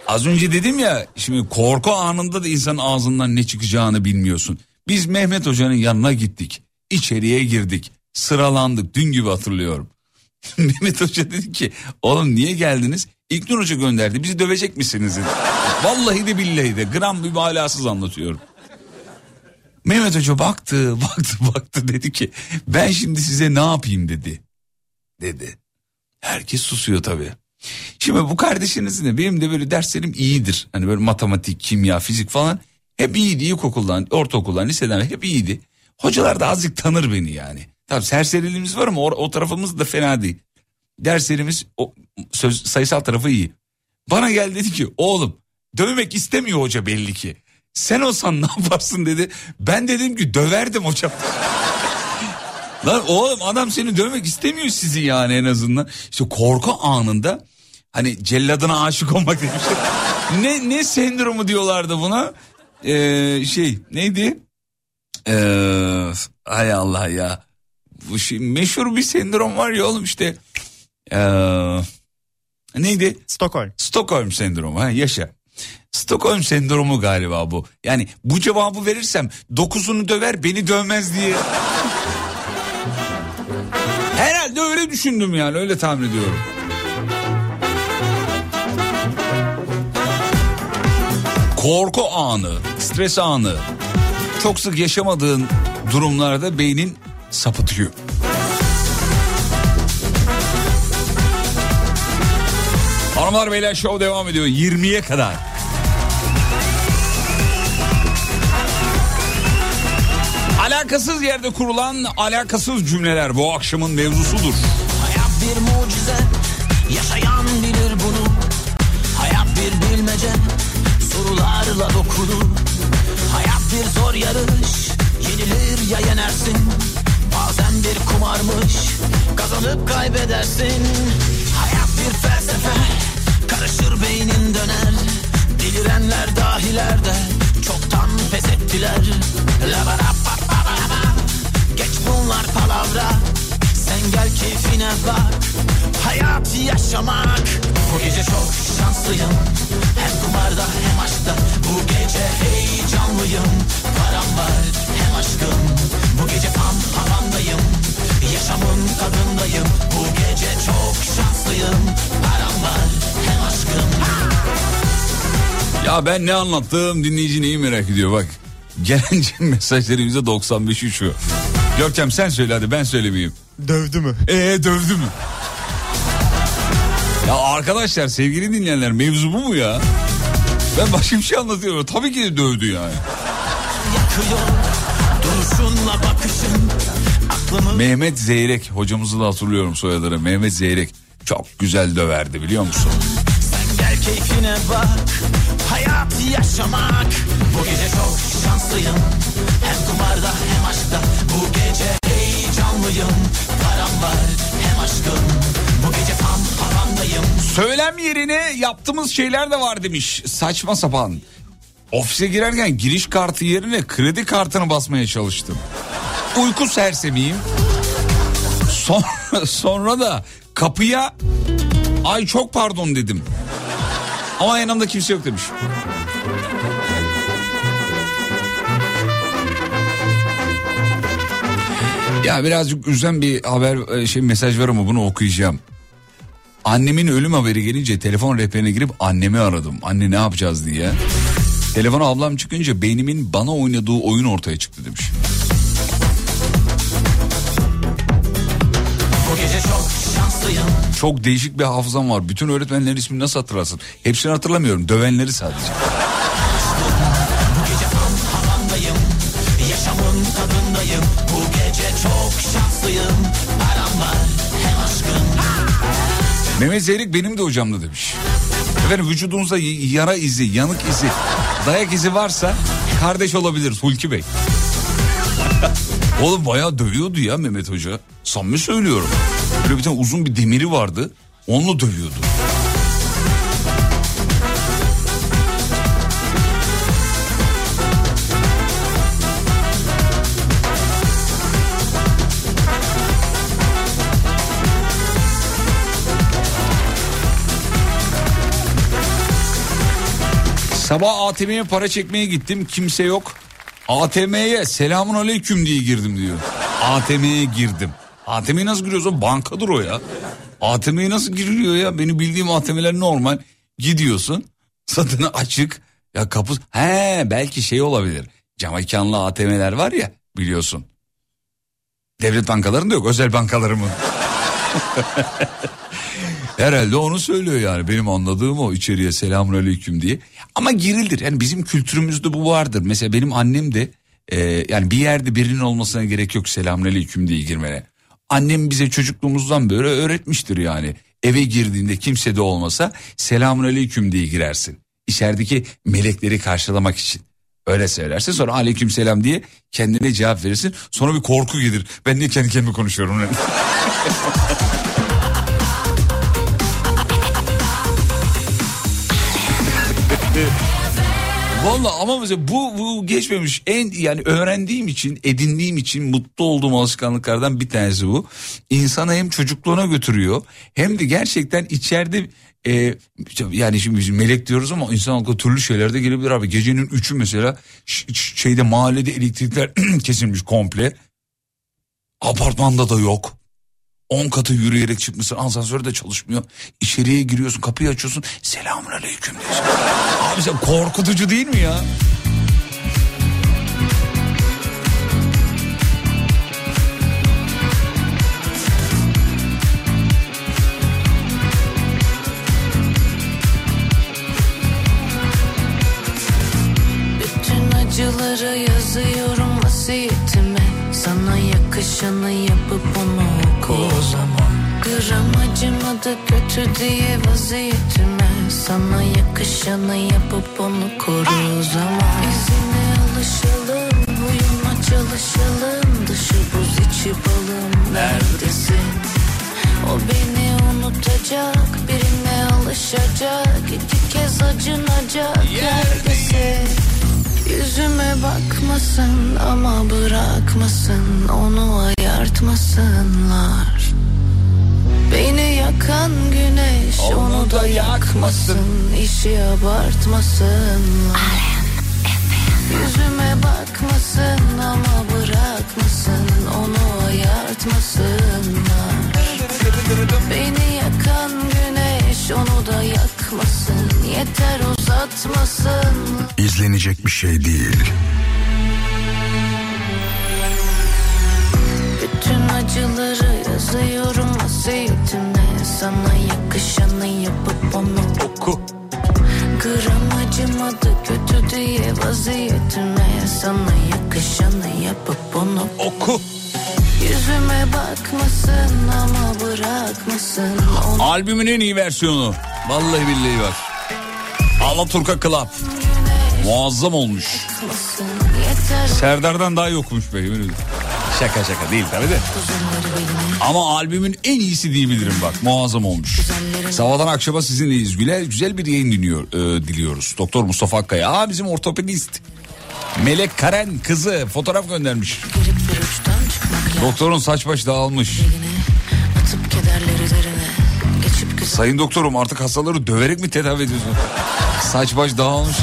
Az önce dedim ya, şimdi korku anında da insanın ağzından ne çıkacağını bilmiyorsun. Biz Mehmet Hoca'nın yanına gittik. İçeriye girdik. Sıralandık. Dün gibi hatırlıyorum. Mehmet Hoca dedi ki oğlum niye geldiniz? İlknur Hoca gönderdi. Bizi dövecek misiniz dedi. Vallahi de billahi de gram mübalağasız anlatıyorum. Mehmet Hoca baktı baktı baktı dedi ki ben şimdi size ne yapayım dedi. Dedi. Herkes susuyor tabii. Şimdi bu kardeşinizin de benim de böyle derslerim iyidir. Hani böyle matematik, kimya, fizik falan hep iyiydi. İlkokuldan, ortaokuldan, liseden hep iyiydi. Hocalar da azıcık tanır beni yani. Tabii serseriliğimiz var ama o, o tarafımız da fena değil. Derslerimiz o, söz, sayısal tarafı iyi. Bana gel dedi ki oğlum dövmek istemiyor hoca belli ki. Sen olsan ne yaparsın dedi. Ben dedim ki döverdim hocam. Lan oğlum adam seni dövmek istemiyor sizi yani en azından. İşte korku anında hani celladına aşık olmak demişler. ne ne sendromu diyorlardı buna? Ee, şey neydi? Ee, hay Allah ya. Bu şey, meşhur bir sendrom var ya oğlum işte. Ee, neydi? Stockholm. Stockholm sendromu ha yaşa. Stockholm sendromu galiba bu. Yani bu cevabı verirsem dokuzunu döver beni dövmez diye. Herhalde öyle düşündüm yani öyle tahmin ediyorum. Korku anı, stres anı çok sık yaşamadığın durumlarda beynin sapıtıyor. Hanımlar beyler show devam ediyor yirmiye kadar. Alakasız yerde kurulan alakasız cümleler bu akşamın mevzusudur. Hayat bir mucize, yaşayan bilir bunu. Hayat bir bilmece, sorularla dokulu. Hayat bir zor yarış, yenilir ya yenersin. Bazen bir kumarmış, kazanıp kaybedersin. Hayat bir felsefe, karışır beynin döner. Delirenler dahiler de çoktan pes ettiler. Geç bunlar palavra, sen gel keyfine bak. Hayat yaşamak, bu gece çok şanslıyım. Hem kumarda hem aşkta, bu gece heyecanlıyım. Param var hem aşkım, bu gece tam havandayım. Yaşamın tadındayım, bu gece çok şanslıyım. Param var hem aşkım. Ya ben ne anlattım dinleyici neyi merak ediyor bak. Gelen mesajlarımızda doksan beşi şu. Görkem sen söyle hadi ben söylemeyeyim. Dövdü mü? Eee dövdü mü? Ya arkadaşlar sevgili dinleyenler mevzu bu mu ya? Ben başka bir şey anlatıyorum. Tabii ki de dövdü yani. Yakıyor, duruşunla bakışın, aklımı... Mehmet Zeyrek hocamızı da hatırlıyorum soyadını. Mehmet Zeyrek çok güzel döverdi biliyor musun? Sen gel keyfine bak, hayat yaşamak. Bu gece çok şanslıyım, hem kumarda hem aşkta. Bu gece heyecanlıyım, param var hem aşkım. Bu gece tam havandayım. Söylem yerine yaptığımız şeyler de var demiş. Saçma sapan. Ofise girerken giriş kartı yerine kredi kartını basmaya çalıştım. Uyku sersemiyim. Sonra, sonra da kapıya ay çok pardon dedim. Ama yanımda kimse yok demiş. Ya birazcık üzen bir haber şey mesaj var ama bunu okuyacağım. Annemin ölüm haberi gelince telefon rehberine girip annemi aradım. Anne ne yapacağız diye. Telefona ablam çıkınca beynimin bana oynadığı oyun ortaya çıktı demiş. Bu gece çok şanslıyım. Çok değişik bir hafızam var. Bütün öğretmenlerin ismini nasıl hatırlasın? Hepsini hatırlamıyorum. Dövenleri sadece. Bu gece tam havandayım, yaşamın tadındayım. Bu gece çok şanslıyım, param var hem aşkım. Mehmet Zeyrek benim de hocamdı demiş. Efendim vücudunuzda yara izi, yanık izi, dayak izi varsa kardeş olabiliriz Hulki Bey. Oğlum bayağı dövüyordu ya Mehmet Hoca. Samimi söylüyorum. Böyle bir tane uzun bir demiri vardı. Onunla dövüyordu. Sabah A T M'ye para çekmeye gittim, kimse yok. A T M'ye selamun aleyküm diye girdim diyor. A T M'ye girdim. A T M'ye nasıl giriyorsun? Bankadır o ya. A T M'ye nasıl giriliyor ya? Benim bildiğim A T M'ler normal. Gidiyorsun, satını açık. Ya kapı, he belki şey olabilir. Cam mekanlı A T M'ler var ya, biliyorsun. Devlet bankalarında yok, özel bankaları mı? Herhalde onu söylüyor yani, benim anladığım o, içeriye selamünaleyküm diye. Ama girilir, yani bizim kültürümüzde bu vardır. Mesela benim annem de e, yani bir yerde birinin olmasına gerek yok selamünaleyküm diye girmene. Annem bize çocukluğumuzdan böyle öğretmiştir yani. Eve girdiğinde kimse de olmasa selamünaleyküm diye girersin. İçerideki melekleri karşılamak için. Öyle söylersin, sonra aleyküm selam diye kendine cevap verirsin. Sonra bir korku gelir. Ben niye kendi kendime konuşuyorum? Vallahi ama mesela bu, bu geçmemiş en, yani öğrendiğim için, edindiğim için mutlu olduğum alışkanlıklardan bir tanesi bu. İnsanı hem çocukluğuna götürüyor hem de gerçekten içeride e, yani şimdi biz melek diyoruz ama insan aklı türlü şeyler de gelebilir abi. Gecenin üçü mesela şeyde, mahallede elektrikler kesilmiş komple. Apartmanda da yok. On katı yürüyerek çıkmışsın, asansör de çalışmıyor. İçeriye giriyorsun, kapıyı açıyorsun, selamünaleyküm diyorsun. Abi sen, korkutucu değil mi ya? Bütün acıları yazıyorum vasiyetime. Sana yakışanı yapıp onu oku o zaman. Gram acımadı kötü diye vaziyetime. Sana yakışanı yapıp onu koru o zaman. İzine alışalım, uyuma çalışalım. Dışı buz içi balım, neredesin? O beni unutacak, birine alışacak. İki kez acınacak yerdesin. Yüzüme bakmasın ama bırakmasın, onu ayartmasınlar. Beni yakan güneş onu, onu da yakmasın, işi abartmasınlar. Yüzüme bakmasın ama bırakmasın, onu ayartmasınlar. Beni yakan güneş onu da yakmasın, yeter uzatmasın. İzlenecek bir şey değil. Bütün acıları yazıyorum vasiyetime. Sana yakışanı yapıp onu oku. Gram acımadı kötü diye vaziyetime. Sana yakışanı yapıp onu oku. Yüzüme bakmasın ama bırakmasın. Onu... Albümün en iyi versiyonu. Vallahi billahi var. Alaturka Club. Muazzam olmuş. Serdar'dan daha iyi okumuş be. Şaka şaka değil tabii de. Ama albümün en iyisi diyebilirim bak. Muazzam olmuş. Sabahtan akşama sizinleyiz. Güzel, güzel bir yayın dinliyor, e, diliyoruz. Doktor Mustafa Akkaya. Aa, bizim ortopedist. Melek Karen kızı fotoğraf göndermiş. Doktorun saç baş dağılmış. Sayın doktorum, artık hastaları döverek mi tedavi ediyorsun? Saç baş dağılmış.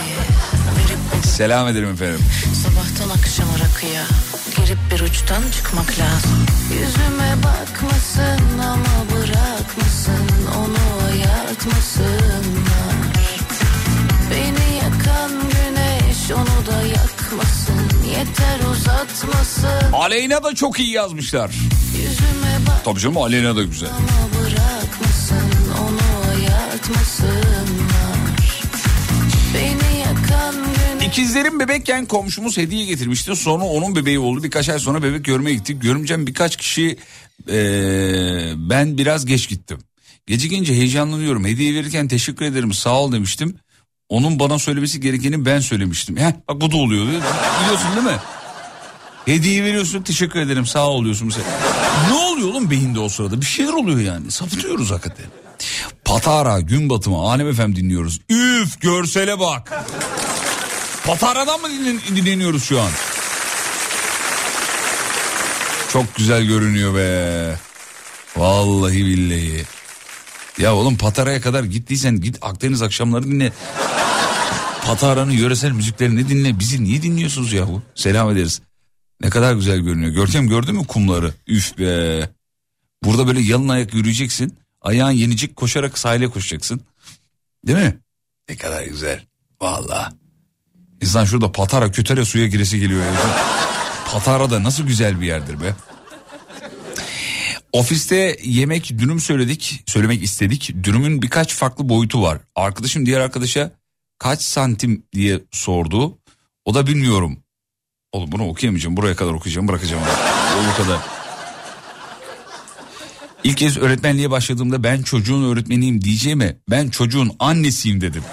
Selam ederim efendim. Sabahtan akşama rakıya girip bir uçtan çıkmak lazım. Yüzüme bakmasın ama bırakmasın, onu ayartmasınlar. Beni yakan güneş onu da yakmasın, yeter uzatmasın. Aleyna da çok iyi yazmışlar. Yüzüme bak. Tabii canım, Aleyna da güzel. Ama bırakmasın, onu ayartmasınlar. Beni yakan güneş. İkizlerim bebekken komşumuz hediye getirmişti. Sonra onun bebeği oldu. Birkaç ay sonra bebek görmeye gittik. Görümcem birkaç kişi, ee, ben biraz geç gittim. Gecikince heyecanlanıyorum. Hediye verirken teşekkür ederim, sağ ol demiştim. Onun bana söylemesi gerekeni ben söylemiştim. Heh, bak bu da oluyor. Biliyorsun değil mi? Hediye veriyorsun, teşekkür ederim, sağ ol diyorsun mesela. Ne oluyor oğlum beyinde o sırada? Bir şeyler oluyor yani. Sapıtıyoruz hakikaten. Patara, gün batımı, Alem F M dinliyoruz. Üf, görsele bak. Patara'dan mı dinlen- dinleniyoruz şu an? Çok güzel görünüyor be. Vallahi billahi. Ya oğlum, Patara'ya kadar gittiysen git Akdeniz akşamları dinle. Patara'nın yöresel müziklerini dinle. Bizi niye dinliyorsunuz yahu? Selam ederiz. Ne kadar güzel görünüyor. Görkem gördün mü kumları? Üf be. Burada böyle yalın ayak yürüyeceksin. Ayağın yenecek, koşarak sahile koşacaksın. Değil mi? Ne kadar güzel. Vallahi. İnsan şurada Patara Kütare suya giresi geliyor. Yani. Patara da nasıl güzel bir yerdir be. Ofiste yemek dürüm söyledik. Söylemek istedik. Dürümün birkaç farklı boyutu var. Arkadaşım diğer arkadaşa kaç santim diye sordu. O da bilmiyorum. Oğlum bunu okuyamayacağım. Buraya kadar okuyacağım, bırakacağım. O kadar. İlk kez öğretmenliğe başladığımda ben çocuğun öğretmeniyim diyeceğime ben çocuğun annesiyim dedim.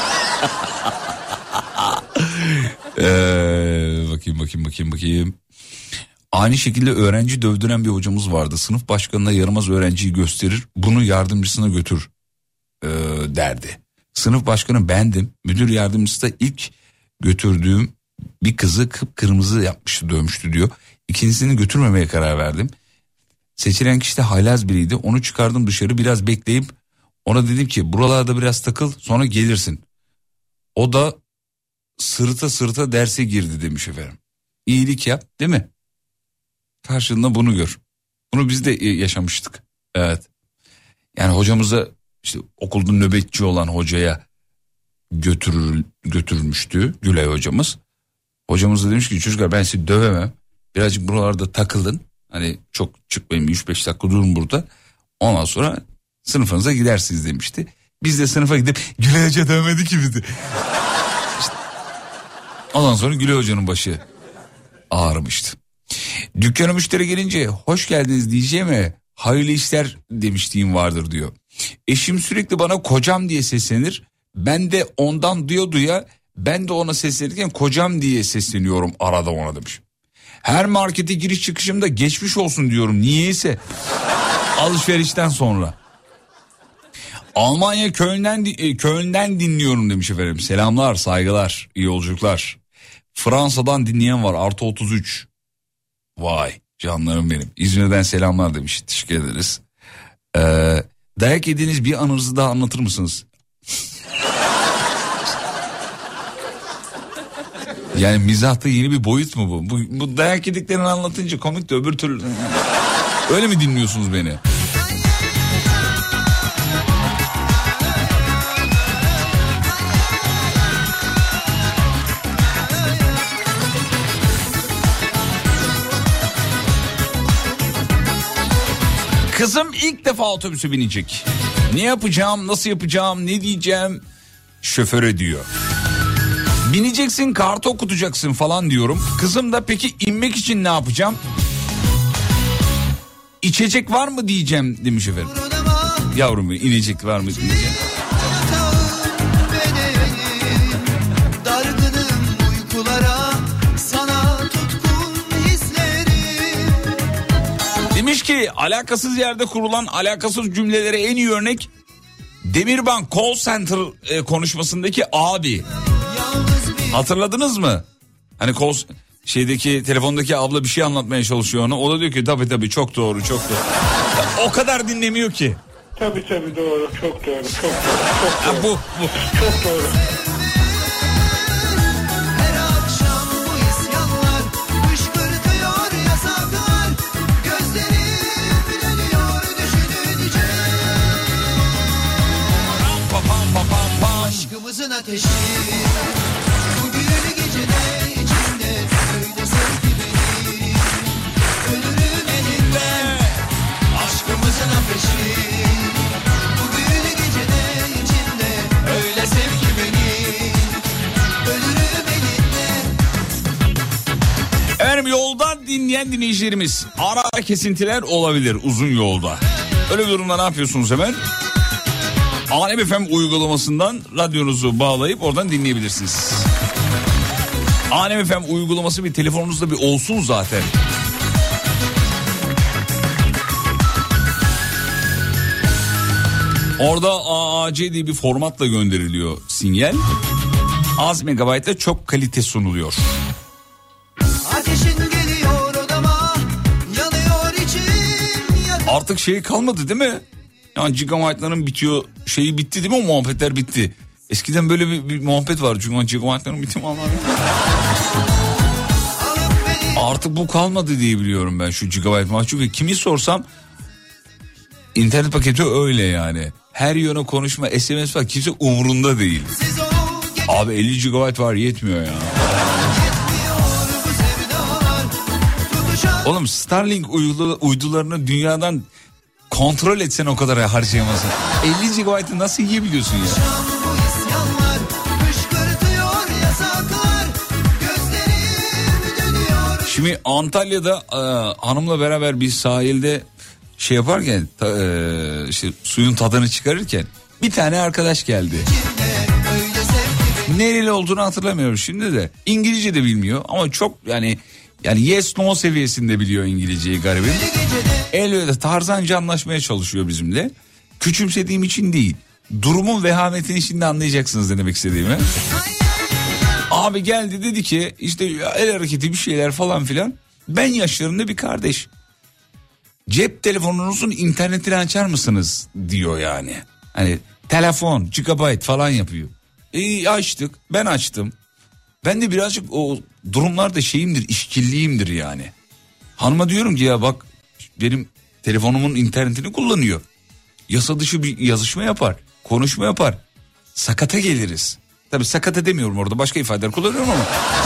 ee, bakayım bakayım bakayım bakayım. Aynı şekilde öğrenci dövdüren bir hocamız vardı. Sınıf başkanına yaramaz öğrenciyi gösterir, bunu yardımcısına götür ee, derdi. Sınıf başkanı bendim. Müdür yardımcısı da ilk götürdüğüm bir kızı kıpkırmızı yapmıştı, dövmüştü diyor. İkincisini götürmemeye karar verdim. Seçilen kişi de haylaz biriydi. Onu çıkardım dışarı, biraz bekleyip ona dedim ki buralarda biraz takıl, sonra gelirsin. O da sırıta sırıta derse girdi demiş efendim. İyilik yap, değil mi? Karşılığında bunu gör. Bunu biz de yaşamıştık. Evet. Yani hocamıza, işte okulda nöbetçi olan hocaya götürül, götürülmüştü Gülay hocamız. Hocamız da demiş ki çocuklar ben sizi dövemem. Birazcık buralarda takılın. Hani çok çıkmayın, üç beş dakika durun burada. Ondan sonra sınıfınıza gidersiniz demişti. Biz de sınıfa gidip Gülay Hoca dövmedi ki bizi. İşte, ondan sonra Gülay Hoca'nın başı ağrımıştı. Dükkana müşteri gelince hoş geldiniz diyeceğime hayırlı işler demişliğim vardır diyor. Eşim sürekli bana kocam diye seslenir. Ben de ondan duya duya ben de ona seslenirken kocam diye sesleniyorum arada ona demiş. Her markete giriş çıkışımda geçmiş olsun diyorum niyeyse alışverişten sonra. Almanya Köln'den, Köln'den dinliyorum demiş efendim. Selamlar, saygılar, iyi yolculuklar. Fransa'dan dinleyen var, artı otuz üç. Vay canlarım benim. İzmir'den selamlar demiş, teşekkür ederiz. Ee, dayak yediğiniz bir anınızı daha anlatır mısınız? Yani mizahta yeni bir boyut mu bu? Bu, bu dayak yediklerini anlatınca komik de öbür türlü... Öyle mi dinliyorsunuz beni? Kızım ilk defa otobüse binecek. Ne yapacağım, nasıl yapacağım, ne diyeceğim? Şoföre diyor. Bineceksin, kartı okutacaksın falan diyorum. Kızım da peki inmek için ne yapacağım? İçecek var mı diyeceğim demiş efendim. Yavrum inecek var mı diyeceğim. Demiş ki alakasız yerde kurulan alakasız cümlelere en iyi örnek Demirbank Call Center e, konuşmasındaki abi. Hatırladınız mı? Hani call, şeydeki telefondaki abla bir şey anlatmaya çalışıyor ona. O da diyor ki tabii tabii çok doğru çok doğru. Ya, o kadar dinlemiyor ki. Tabii tabii doğru çok doğru çok doğru. Çok doğru. Ya, bu, bu. Çok doğru. Aşkımızın ateşi bugün gecede içinde öyle sevgi beni ölürüm elinde. Aşkımızın ateşi bugün gecede içinde öyle sevgi beni ölürüm elinde. Efendim yoldan dinleyen dinleyicilerimiz ara kesintiler olabilir uzun yolda. Öyle bir durumda ne yapıyorsunuz hemen? Alem F M uygulamasından radyonuzu bağlayıp oradan dinleyebilirsiniz. Alem F M uygulaması bir telefonunuzda bir olsun zaten. Orada A A C diye bir formatla gönderiliyor sinyal. Az megabaytla çok kalite sunuluyor. Ateşin geliyor odama yanıyor içim yakın. Artık şey kalmadı değil mi? Yani gigabaytların bitiyor şeyi bitti değil mi, o muhabbetler bitti. Eskiden böyle bir, bir muhabbet vardı. Çünkü gigabaytların bitimi anlamı. Artık bu kalmadı diye biliyorum ben şu gigabayt mahcup. Çünkü kimi sorsam internet paketi öyle yani. Her yöne konuşma, S M S var, kimse umurunda değil. Abi elli gigabayt var, yetmiyor ya. Oğlum Starlink uydu, uydularını dünyadan kontrol etsen o kadar harcayamazsın. elli gigabaytı nasıl yiyebiliyorsun ya? Şimdi Antalya'da e, hanımla beraber bir sahilde şey yaparken ta, e, işte suyun tadını çıkarırken bir tane arkadaş geldi. Nereli olduğunu hatırlamıyorum şimdi de. İngilizce de bilmiyor ama çok yani yani yes no seviyesinde biliyor İngilizceyi garibim. Elbette tarzanca anlaşmaya çalışıyor bizimle. Küçümsediğim için değil. Durumun vehametini şimdi anlayacaksınız ne demek istediğimi. Abi geldi dedi ki işte el hareketi bir şeyler falan filan. Ben yaşlarında bir kardeş. Cep telefonunuzun internetini açar mısınız diyor yani. Hani telefon, gigabyte falan yapıyor. E açtık, ben açtım. Ben de birazcık o durumlarda şeyimdir, işkilliyimdir yani. Hanıma diyorum ki ya bak benim telefonumun internetini kullanıyor. Yasa dışı bir yazışma yapar, konuşma yapar. Sakata geliriz. Tabii sakata demiyorum orada, başka ifadeler kullanıyorum ama.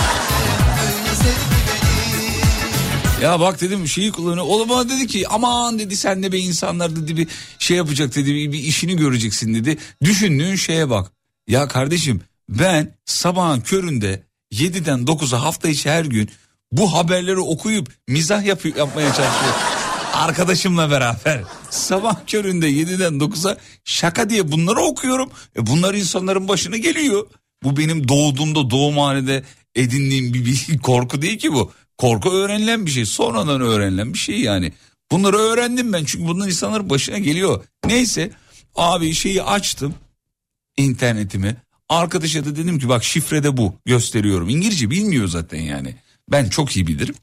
Ya bak dedim şeyi kullanıyor. Oğlum bana dedi ki aman dedi sen de be insanlar dedi bir şey yapacak dedi, bir, bir işini göreceksin dedi. Düşündüğün şeye bak. Ya kardeşim ben sabahın köründe yediden dokuza hafta içi her gün bu haberleri okuyup mizah yap- yapmaya çalışıyorum. Arkadaşımla beraber sabah köründe yediden dokuza şaka diye bunları okuyorum. E bunlar insanların başına geliyor. Bu benim doğduğumda doğumhanede edindiğim bir, bir korku değil ki bu. Korku öğrenilen bir şey, sonradan öğrenilen bir şey yani. Bunları öğrendim ben çünkü bunlar insanların başına geliyor. Neyse abi şeyi açtım internetimi. Arkadaşa da dedim ki bak şifrede bu, gösteriyorum. İngilizce bilmiyor zaten yani. Ben çok iyi bilirim.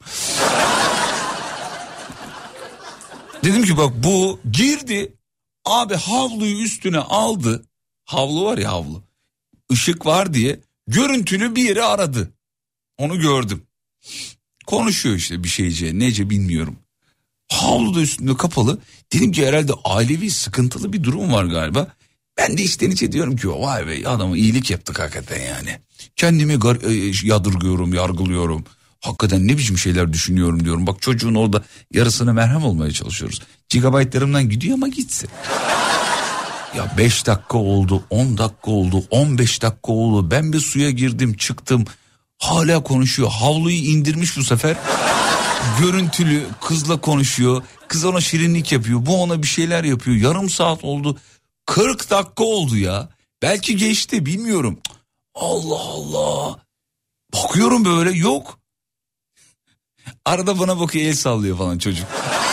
Dedim ki bak bu girdi. Abi havluyu üstüne aldı. Havlu var ya havlu. Işık var diye görüntülü bir yeri aradı. Onu gördüm. Konuşuyor işte bir şeyce nece bilmiyorum. Havlu da üstünde kapalı. Dedim ki herhalde ailevi sıkıntılı bir durum var galiba. Ben de içten içe diyorum ki vay be adama iyilik yaptık hakikaten yani. Kendimi gar- yadırgıyorum, yargılıyorum. Hakikaten ne biçim şeyler düşünüyorum diyorum. Bak çocuğun orada yarısına merhem olmaya çalışıyoruz. Gigabaytlarımdan gidiyor ama gitsin. Ya beş dakika oldu, on dakika oldu, on beş dakika oldu. Ben bir suya girdim, çıktım. Hala konuşuyor. Havluyu indirmiş bu sefer. Görüntülü kızla konuşuyor. Kız ona şirinlik yapıyor. Bu ona bir şeyler yapıyor. Yarım saat oldu. kırk dakika oldu ya. Belki geçti bilmiyorum. Allah Allah. Bakıyorum böyle yok. Arada bana bakıyor el sallıyor falan çocuk.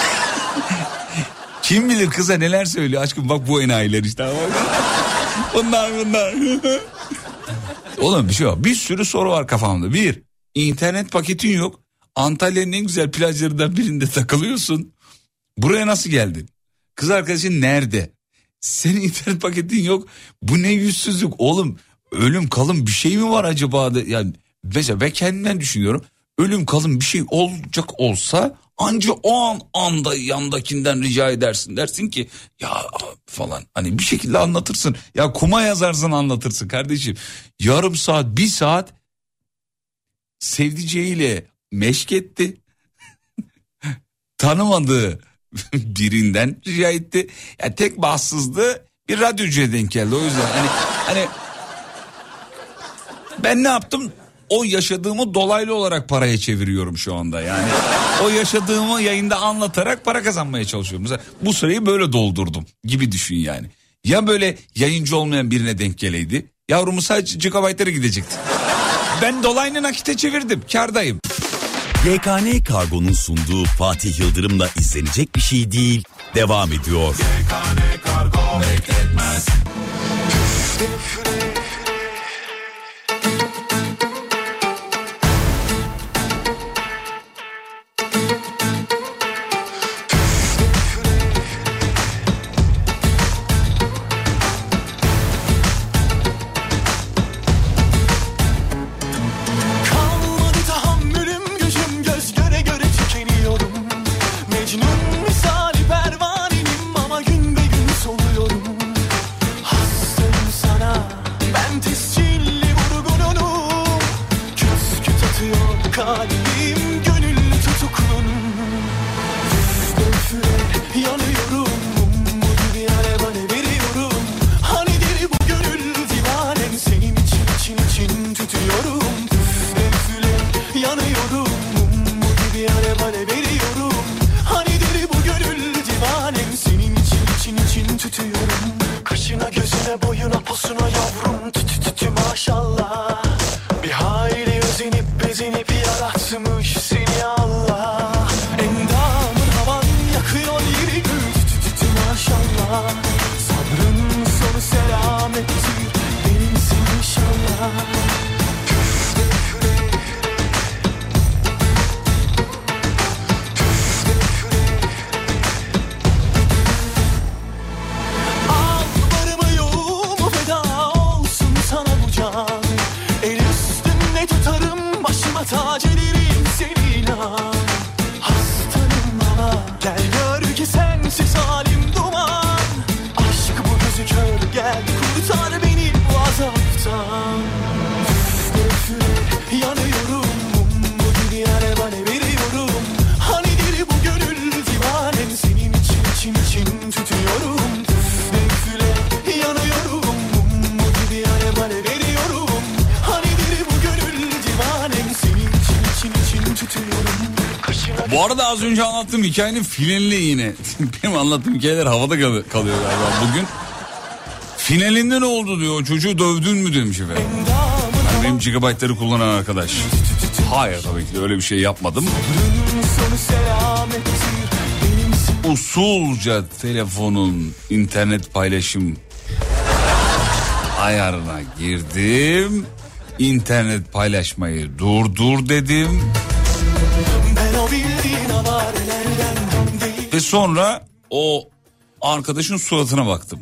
Kim bilir kıza neler söylüyor aşkım bak bu enayiler işte. Bunlar bunlar. Oğlum bir şey var. Bir sürü soru var kafamda. Bir, internet paketin yok. Antalya'nın en güzel plajlarından birinde takılıyorsun. Buraya nasıl geldin? Kız arkadaşın nerede? Senin internet paketin yok. Bu ne yüzsüzlük oğlum. Ölüm kalım bir şey mi var acaba? Da? Yani mesela ben kendimden düşünüyorum. Ölüm kalım bir şey olacak olsa anca o an anda yandakinden rica edersin. Dersin ki ya falan hani bir şekilde anlatırsın. Ya kuma yazarsın anlatırsın kardeşim. Yarım saat bir saat sevdiceğiyle meşk etti. Tanımadığı birinden rica etti. Yani tek bahtsızlığı bir radyocuya denk geldi. O yüzden hani hani ben ne yaptım? O yaşadığımı dolaylı olarak paraya çeviriyorum şu anda yani. O yaşadığımı yayında anlatarak para kazanmaya çalışıyorum. Mesela bu süreyi böyle doldurdum gibi düşün yani. Ya böyle yayıncı olmayan birine denk geleydi. Yavrumu sadece gigabaytlara gidecekti. Ben dolaylı nakite çevirdim. Kârdayım. Y K N Kargo'nun sunduğu Fatih Yıldırım'la izlenecek bir şey değil. Devam ediyor. Y K N Kargo bekletmez. kalbim gönül tutuklunun. Üfle üfle yanıyorum, mum gibi alev alev veriyorum. Hanidir bu gönül divanem, senin için için için tutuyorum. Üfle üfle yanıyorum, mum gibi alev alev veriyorum. Hanidir bu gönül divanem, senin için için için tutuyorum. Kaşına gözüne boyuna posuna yavrum, tütü tütü maşallah. Bir hayli özenip bezenip yaratmış seni Allah. Endamın havan yakıyor yeri gül, tütü tütü maşallah. Sabrın sonu selamettir, benimsin inşallah. Tüfle üfle, tüfle üfle. Al varımı yoğumu feda olsun sana bu can. El üstünde tutarım, başıma tac ederim seni inan. Hastanım ama gel gör ki sensiz halim duman. Aşk bu gözü kör, gel kurtar beni bu azaptan. Üfle üfle yanıyorum, mum gibi alev alev veriyorum. Hanidir bu gönül divanem, senin için için için tutuyorum. Üfle üfle yanıyorum, mum gibi alev alev veriyorum. Hanidir bu gönül divanem, senin için için için tutuyorum. Kaşına Bu arada az önce anlattığım hikayenin finali yine. Benim anlattığım hikayeler havada kal- kalıyor galiba bugün. Finalinde ne oldu diyor, çocuğu dövdün mü demiş efendim. Yani benim gigabaytları kullanan arkadaş. Hayır, tabii ki de öyle bir şey yapmadım. sonu selamettir, benimsin. Usulca telefonun internet paylaşım ayarına girdim. İnternet paylaşmayı durdur dedim. Ben o bildiğin avarelerden değil. Ve sonra o arkadaşın suratına baktım.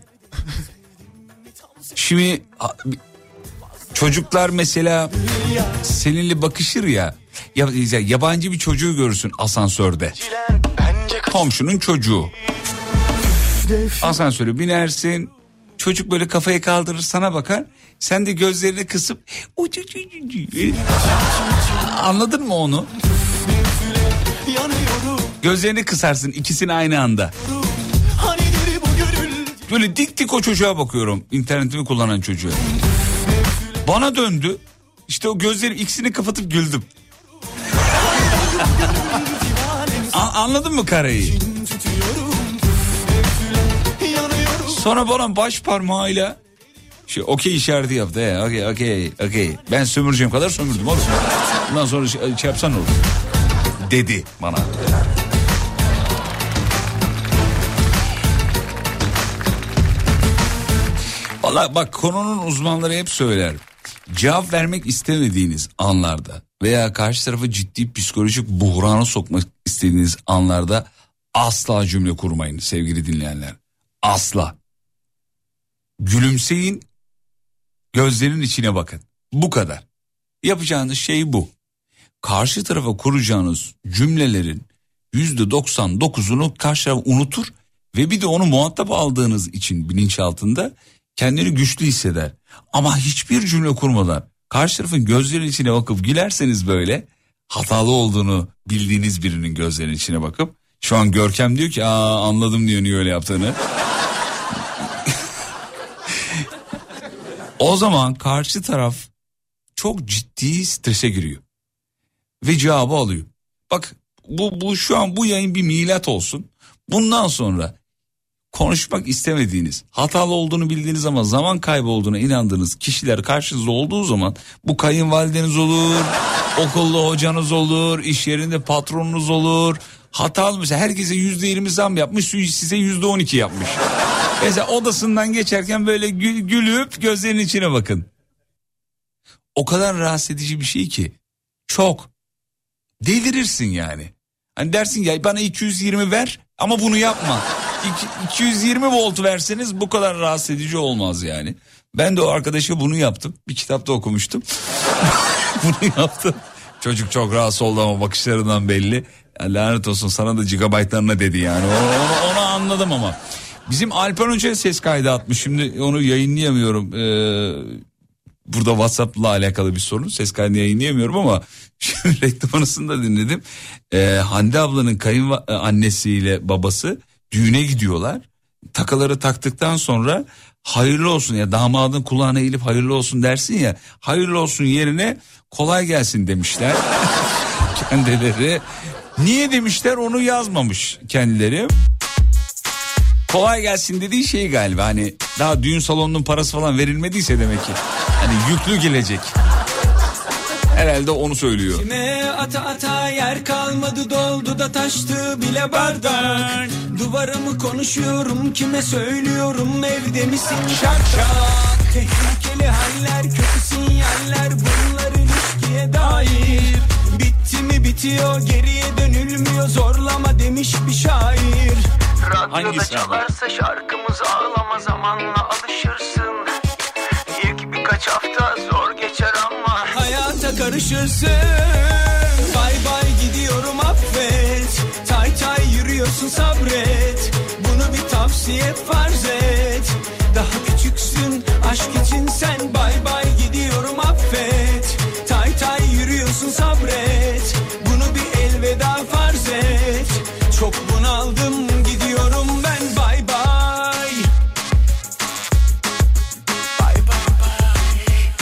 Şimdi a- çocuklar mesela seninle bakışır ya, ya yabancı bir çocuğu görürsün asansörde. Komşunun çocuğu. Asansöre binersin. Çocuk böyle kafayı kaldırır sana bakar. Sen de gözlerini kısıp anladın mı onu? Gözlerini kısarsın, ikisini aynı anda. Böyle dik dik o çocuğa bakıyorum, internetimi kullanan çocuğa. Bana döndü. İşte o gözlerim ikisini kapatıp güldüm. A- anladın mı kareyi? Sonra bana baş parmağıyla şey okey işareti yaptı. He, okey okey okey. Ben sömüreceğim kadar sömürdüm oğlum. Bundan sonra şey, şey yapsan olur. Dedi bana. Vallahi bak, konunun uzmanları hep söyler. Cevap vermek istemediğiniz anlarda veya karşı tarafı ciddi psikolojik buhrana sokmak istediğiniz anlarda asla cümle kurmayın sevgili dinleyenler. Asla. Gülümseyin, gözlerin içine bakın. Bu kadar. Yapacağınız şey bu. Karşı tarafa kuracağınız cümlelerin yüzde doksan dokuzunu karşı taraf unutur ve bir de onu muhatap aldığınız için bilinçaltında kendini güçlü hisseder. Ama hiçbir cümle kurmadan karşı tarafın gözlerinin içine bakıp gülerseniz, böyle hatalı olduğunu bildiğiniz birinin gözlerinin içine bakıp, şu an Görkem diyor ki aa anladım diyor niye öyle yaptığını. O zaman karşı taraf çok ciddi strese giriyor ve cevabı alıyor. Bak bu, bu şu an bu yayın bir milat olsun. Bundan sonra konuşmak istemediğiniz, hatalı olduğunu bildiğiniz ama zaman kaybı olduğuna inandığınız kişiler karşınızda olduğu zaman, bu kayınvalideniz olur, okulda hocanız olur, iş yerinde patronunuz olur. Hatalı mesela herkese yüzde yirmi zam yapmış, size yüzde on iki yapmış. Mesela odasından geçerken böyle gül, gülüp gözlerinin içine bakın. O kadar rahatsız edici bir şey ki. Çok. Delirirsin yani. Hani dersin ya bana iki yüz yirmi ver ama bunu yapma. iki yüz yirmi volt verseniz bu kadar rahatsız edici olmaz yani. Ben de o arkadaşa bunu yaptım. Bir kitapta okumuştum. Bunu yaptım. Çocuk çok rahatsız oldu ama bakışlarından belli. Ya lanet olsun sana da gigabaytlarına dedi yani. Onu, onu, onu anladım ama. Bizim Alper Hoca'ya ses kaydı atmış. Şimdi onu yayınlayamıyorum. Ee, burada WhatsApp'la alakalı bir sorun. Ses kaydını yayınlayamıyorum ama şimdi reklam arasında dinledim. Ee, Hande ablanın kayınannesiyle babası düğüne gidiyorlar. Takaları taktıktan sonra hayırlı olsun ya, damadın kulağına eğilip hayırlı olsun dersin ya, hayırlı olsun yerine kolay gelsin demişler kendileri. Niye demişler onu yazmamış kendileri. Kolay gelsin dediği şey galiba, hani daha düğün salonunun parası falan verilmediyse demek ki hani yüklü gelecek. Herhalde onu söylüyor. Kime ata ata yer kalmadı, doldu da taştı bile bardak. Duvarımı konuşuyorum, kime söylüyorum, evde misin şak şak. Tehlikeli haller, kötü sinyaller, bunlar ilişkiye dair. Bitti mi bitiyor, geriye dönülmüyor, zorlama demiş bir şair. Radyoda çalarsa şarkımız ağlama, zamanla alışırsın. İlk birkaç hafta zor geçer ama hayata karışırsın. Bay bay gidiyorum affet, tay tay yürüyorsun sabret. Bunu bir tavsiye farz et, daha küçüksün aşk için sen. Bay bay gidiyorum affet, tay tay yürüyorsun sabret. Bunu bir elveda farz et, çok bunaldım gidiyorum ben. Bay bay. Bay bay bay.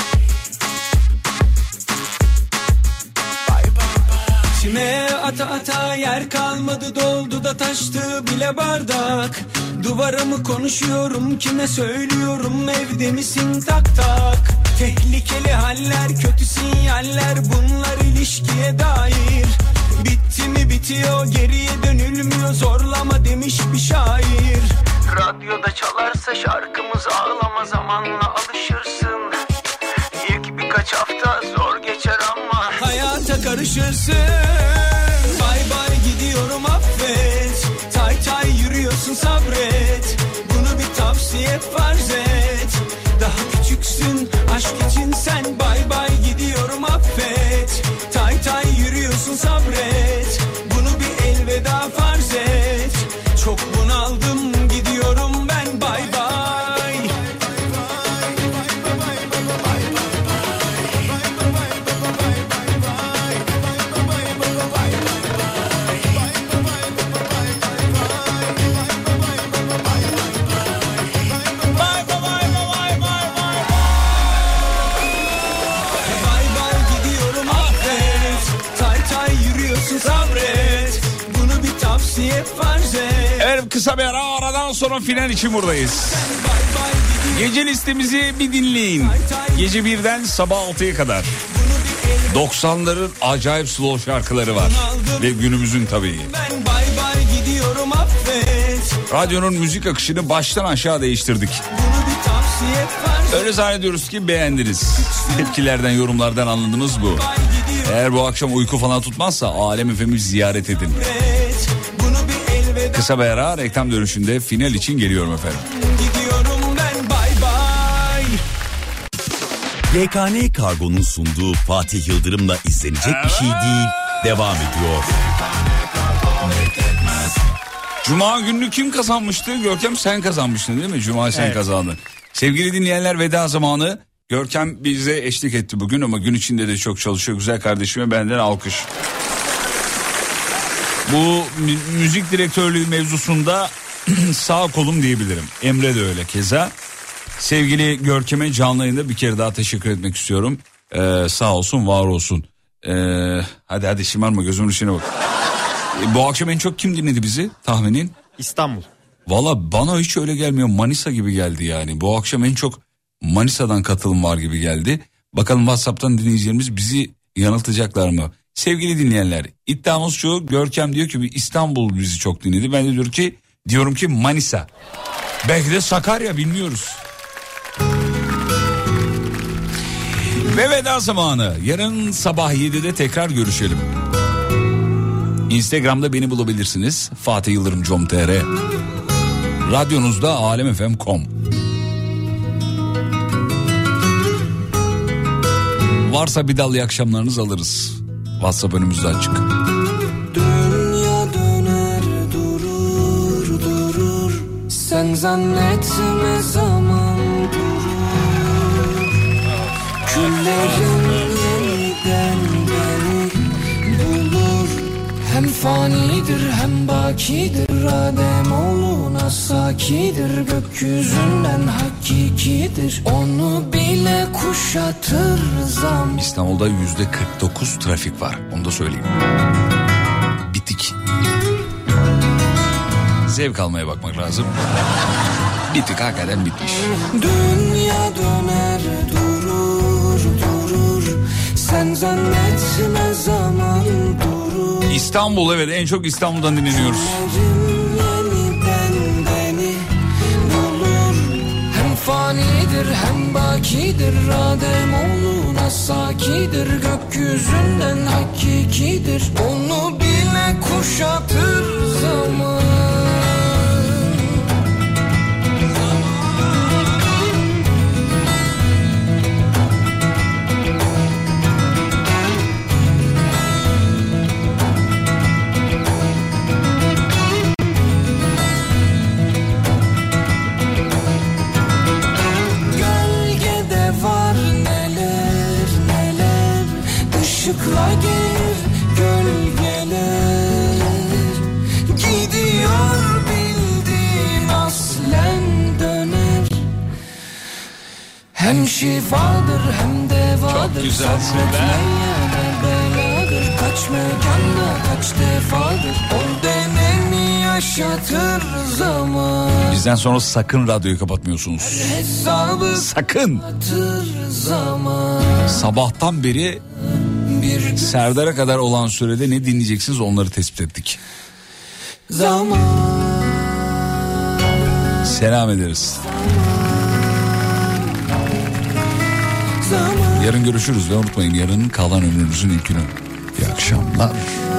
Bay bay bay. Çime ata ata yer kalmadı, doldu da taştı bile bardak. Duvarımı konuşuyorum, kime söylüyorum, evde misin tak tak. Tehlikeli haller, kötü sinyaller, bunlar ilişkiye dair. Bitti mi bitiyor, geriye dönülmüyor, zorlama demiş bir şair. Radyoda çalarsa şarkımız ağlama, zamanla alışırsın. İlk birkaç hafta zor geçer ama hayata karışırsın. Bay bay gidiyorum affet, tay tay yürüyorsun sabret. Bunu bir tavsiye farz et, daha küçüksün aşk için sen. Bay bay gidiyorum affet, tay tay yürüyorsun sabret. Bunu bir elveda farz et, çok bunaldım gidiyorum ben. Bay bay. Evet, kısa bir ara, aradan sonra final için buradayız. Gece listemizi bir dinleyin. Gece birden sabah altıya kadar doksanların acayip slow şarkıları var. Ve günümüzün tabii. Radyonun müzik akışını baştan aşağı değiştirdik. Öyle zannediyoruz ki beğendiniz. Tepkilerden, yorumlardan anladınız bu. Eğer bu akşam uyku falan tutmazsa Alem F M'i ziyaret edin. Kısa bir ara, reklam dönüşünde final için geliyorum efendim. Gidiyorum ben, bay bay. Y K N Kargo'nun sunduğu Fatih Yıldırım'la izlenecek bir şey değil devam ediyor. Cuma gününü kim kazanmıştı? Görkem, sen kazanmıştın değil mi? Cuma sen evet. kazandın. Sevgili dinleyenler, veda zamanı. Görkem bize eşlik etti bugün ama gün içinde de çok çalışıyor. Güzel kardeşime benden alkış. Bu müzik direktörlüğü mevzusunda sağ kolum diyebilirim. Emre de öyle keza. Sevgili Görkem'e canlı yayında bir kere daha teşekkür etmek istiyorum. Ee, sağ olsun, var olsun. Ee, hadi hadi şımarma, gözümün içine bak. Ee, bu akşam en çok kim dinledi bizi tahminin? İstanbul. Valla bana hiç öyle gelmiyor. Manisa gibi geldi yani. Bu akşam en çok Manisa'dan katılım var gibi geldi. Bakalım WhatsApp'tan dinleyicilerimiz bizi yanıltacaklar mı? Sevgili dinleyenler, iddiamız şu: Görkem diyor ki İstanbul bizi çok dinledi. Ben de diyorum ki diyorum ki Manisa. Belki de Sakarya, bilmiyoruz. Ve veda zamanı. Yarın sabah yedide tekrar görüşelim. Instagram'da beni bulabilirsiniz. Fatih Yıldırım nokta com nokta tr. Radyonuzda alem f m nokta com. Varsa bir dal iyi akşamlarınızı alırız. WhatsApp önümüzde açık. Dünya döner durur durur, sen zannetme zaman durur. Küllerim yeniden beni bulur. Hem fanidir hem bakidir. Ademoğlu sakidir. Gökyüzünden hakikidir. Onu bile kuşatır zaman. İstanbul'da yüzde kırk dokuz trafik var. Onu da söyleyeyim. Bitik. Zevk almaya bakmak lazım. Bitik, hakikaten bitmiş. Dünya döner durur durur. Sen zannetme zaman durur. İstanbul, evet, en çok İstanbul'dan dinleniyoruz. Yeniden beni bulur. Hem fanidir hem bakidir. Ademoğlu sakidir. Gökyüzünden hakikidir. Onu bile kuşatır zaman. Işıkla gelir gölgeler. Gidiyor bildiğin aslen döner. Hem şifadır hem devadır. Çok güzelsin be. Beladır. Kaç mekanda kaç defadır. O denemi yaşatır zaman. Bizden sonra sakın radyoyu kapatmıyorsunuz. Hesabı sakın. Zaman. Sabahtan beri Serdar'a kadar olan sürede ne dinleyeceksiniz onları tespit ettik. Zaman. Selam ederiz. Zaman. Yarın görüşürüz ve unutmayın, yarın kalan ömrünüzün ilk günü. İyi akşamlar.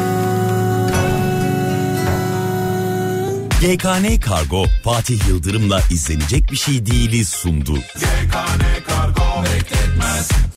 G K N Kargo Fatih Yıldırım'la izlenecek bir şey değiliz sundu. G K N Kargo bekletmez.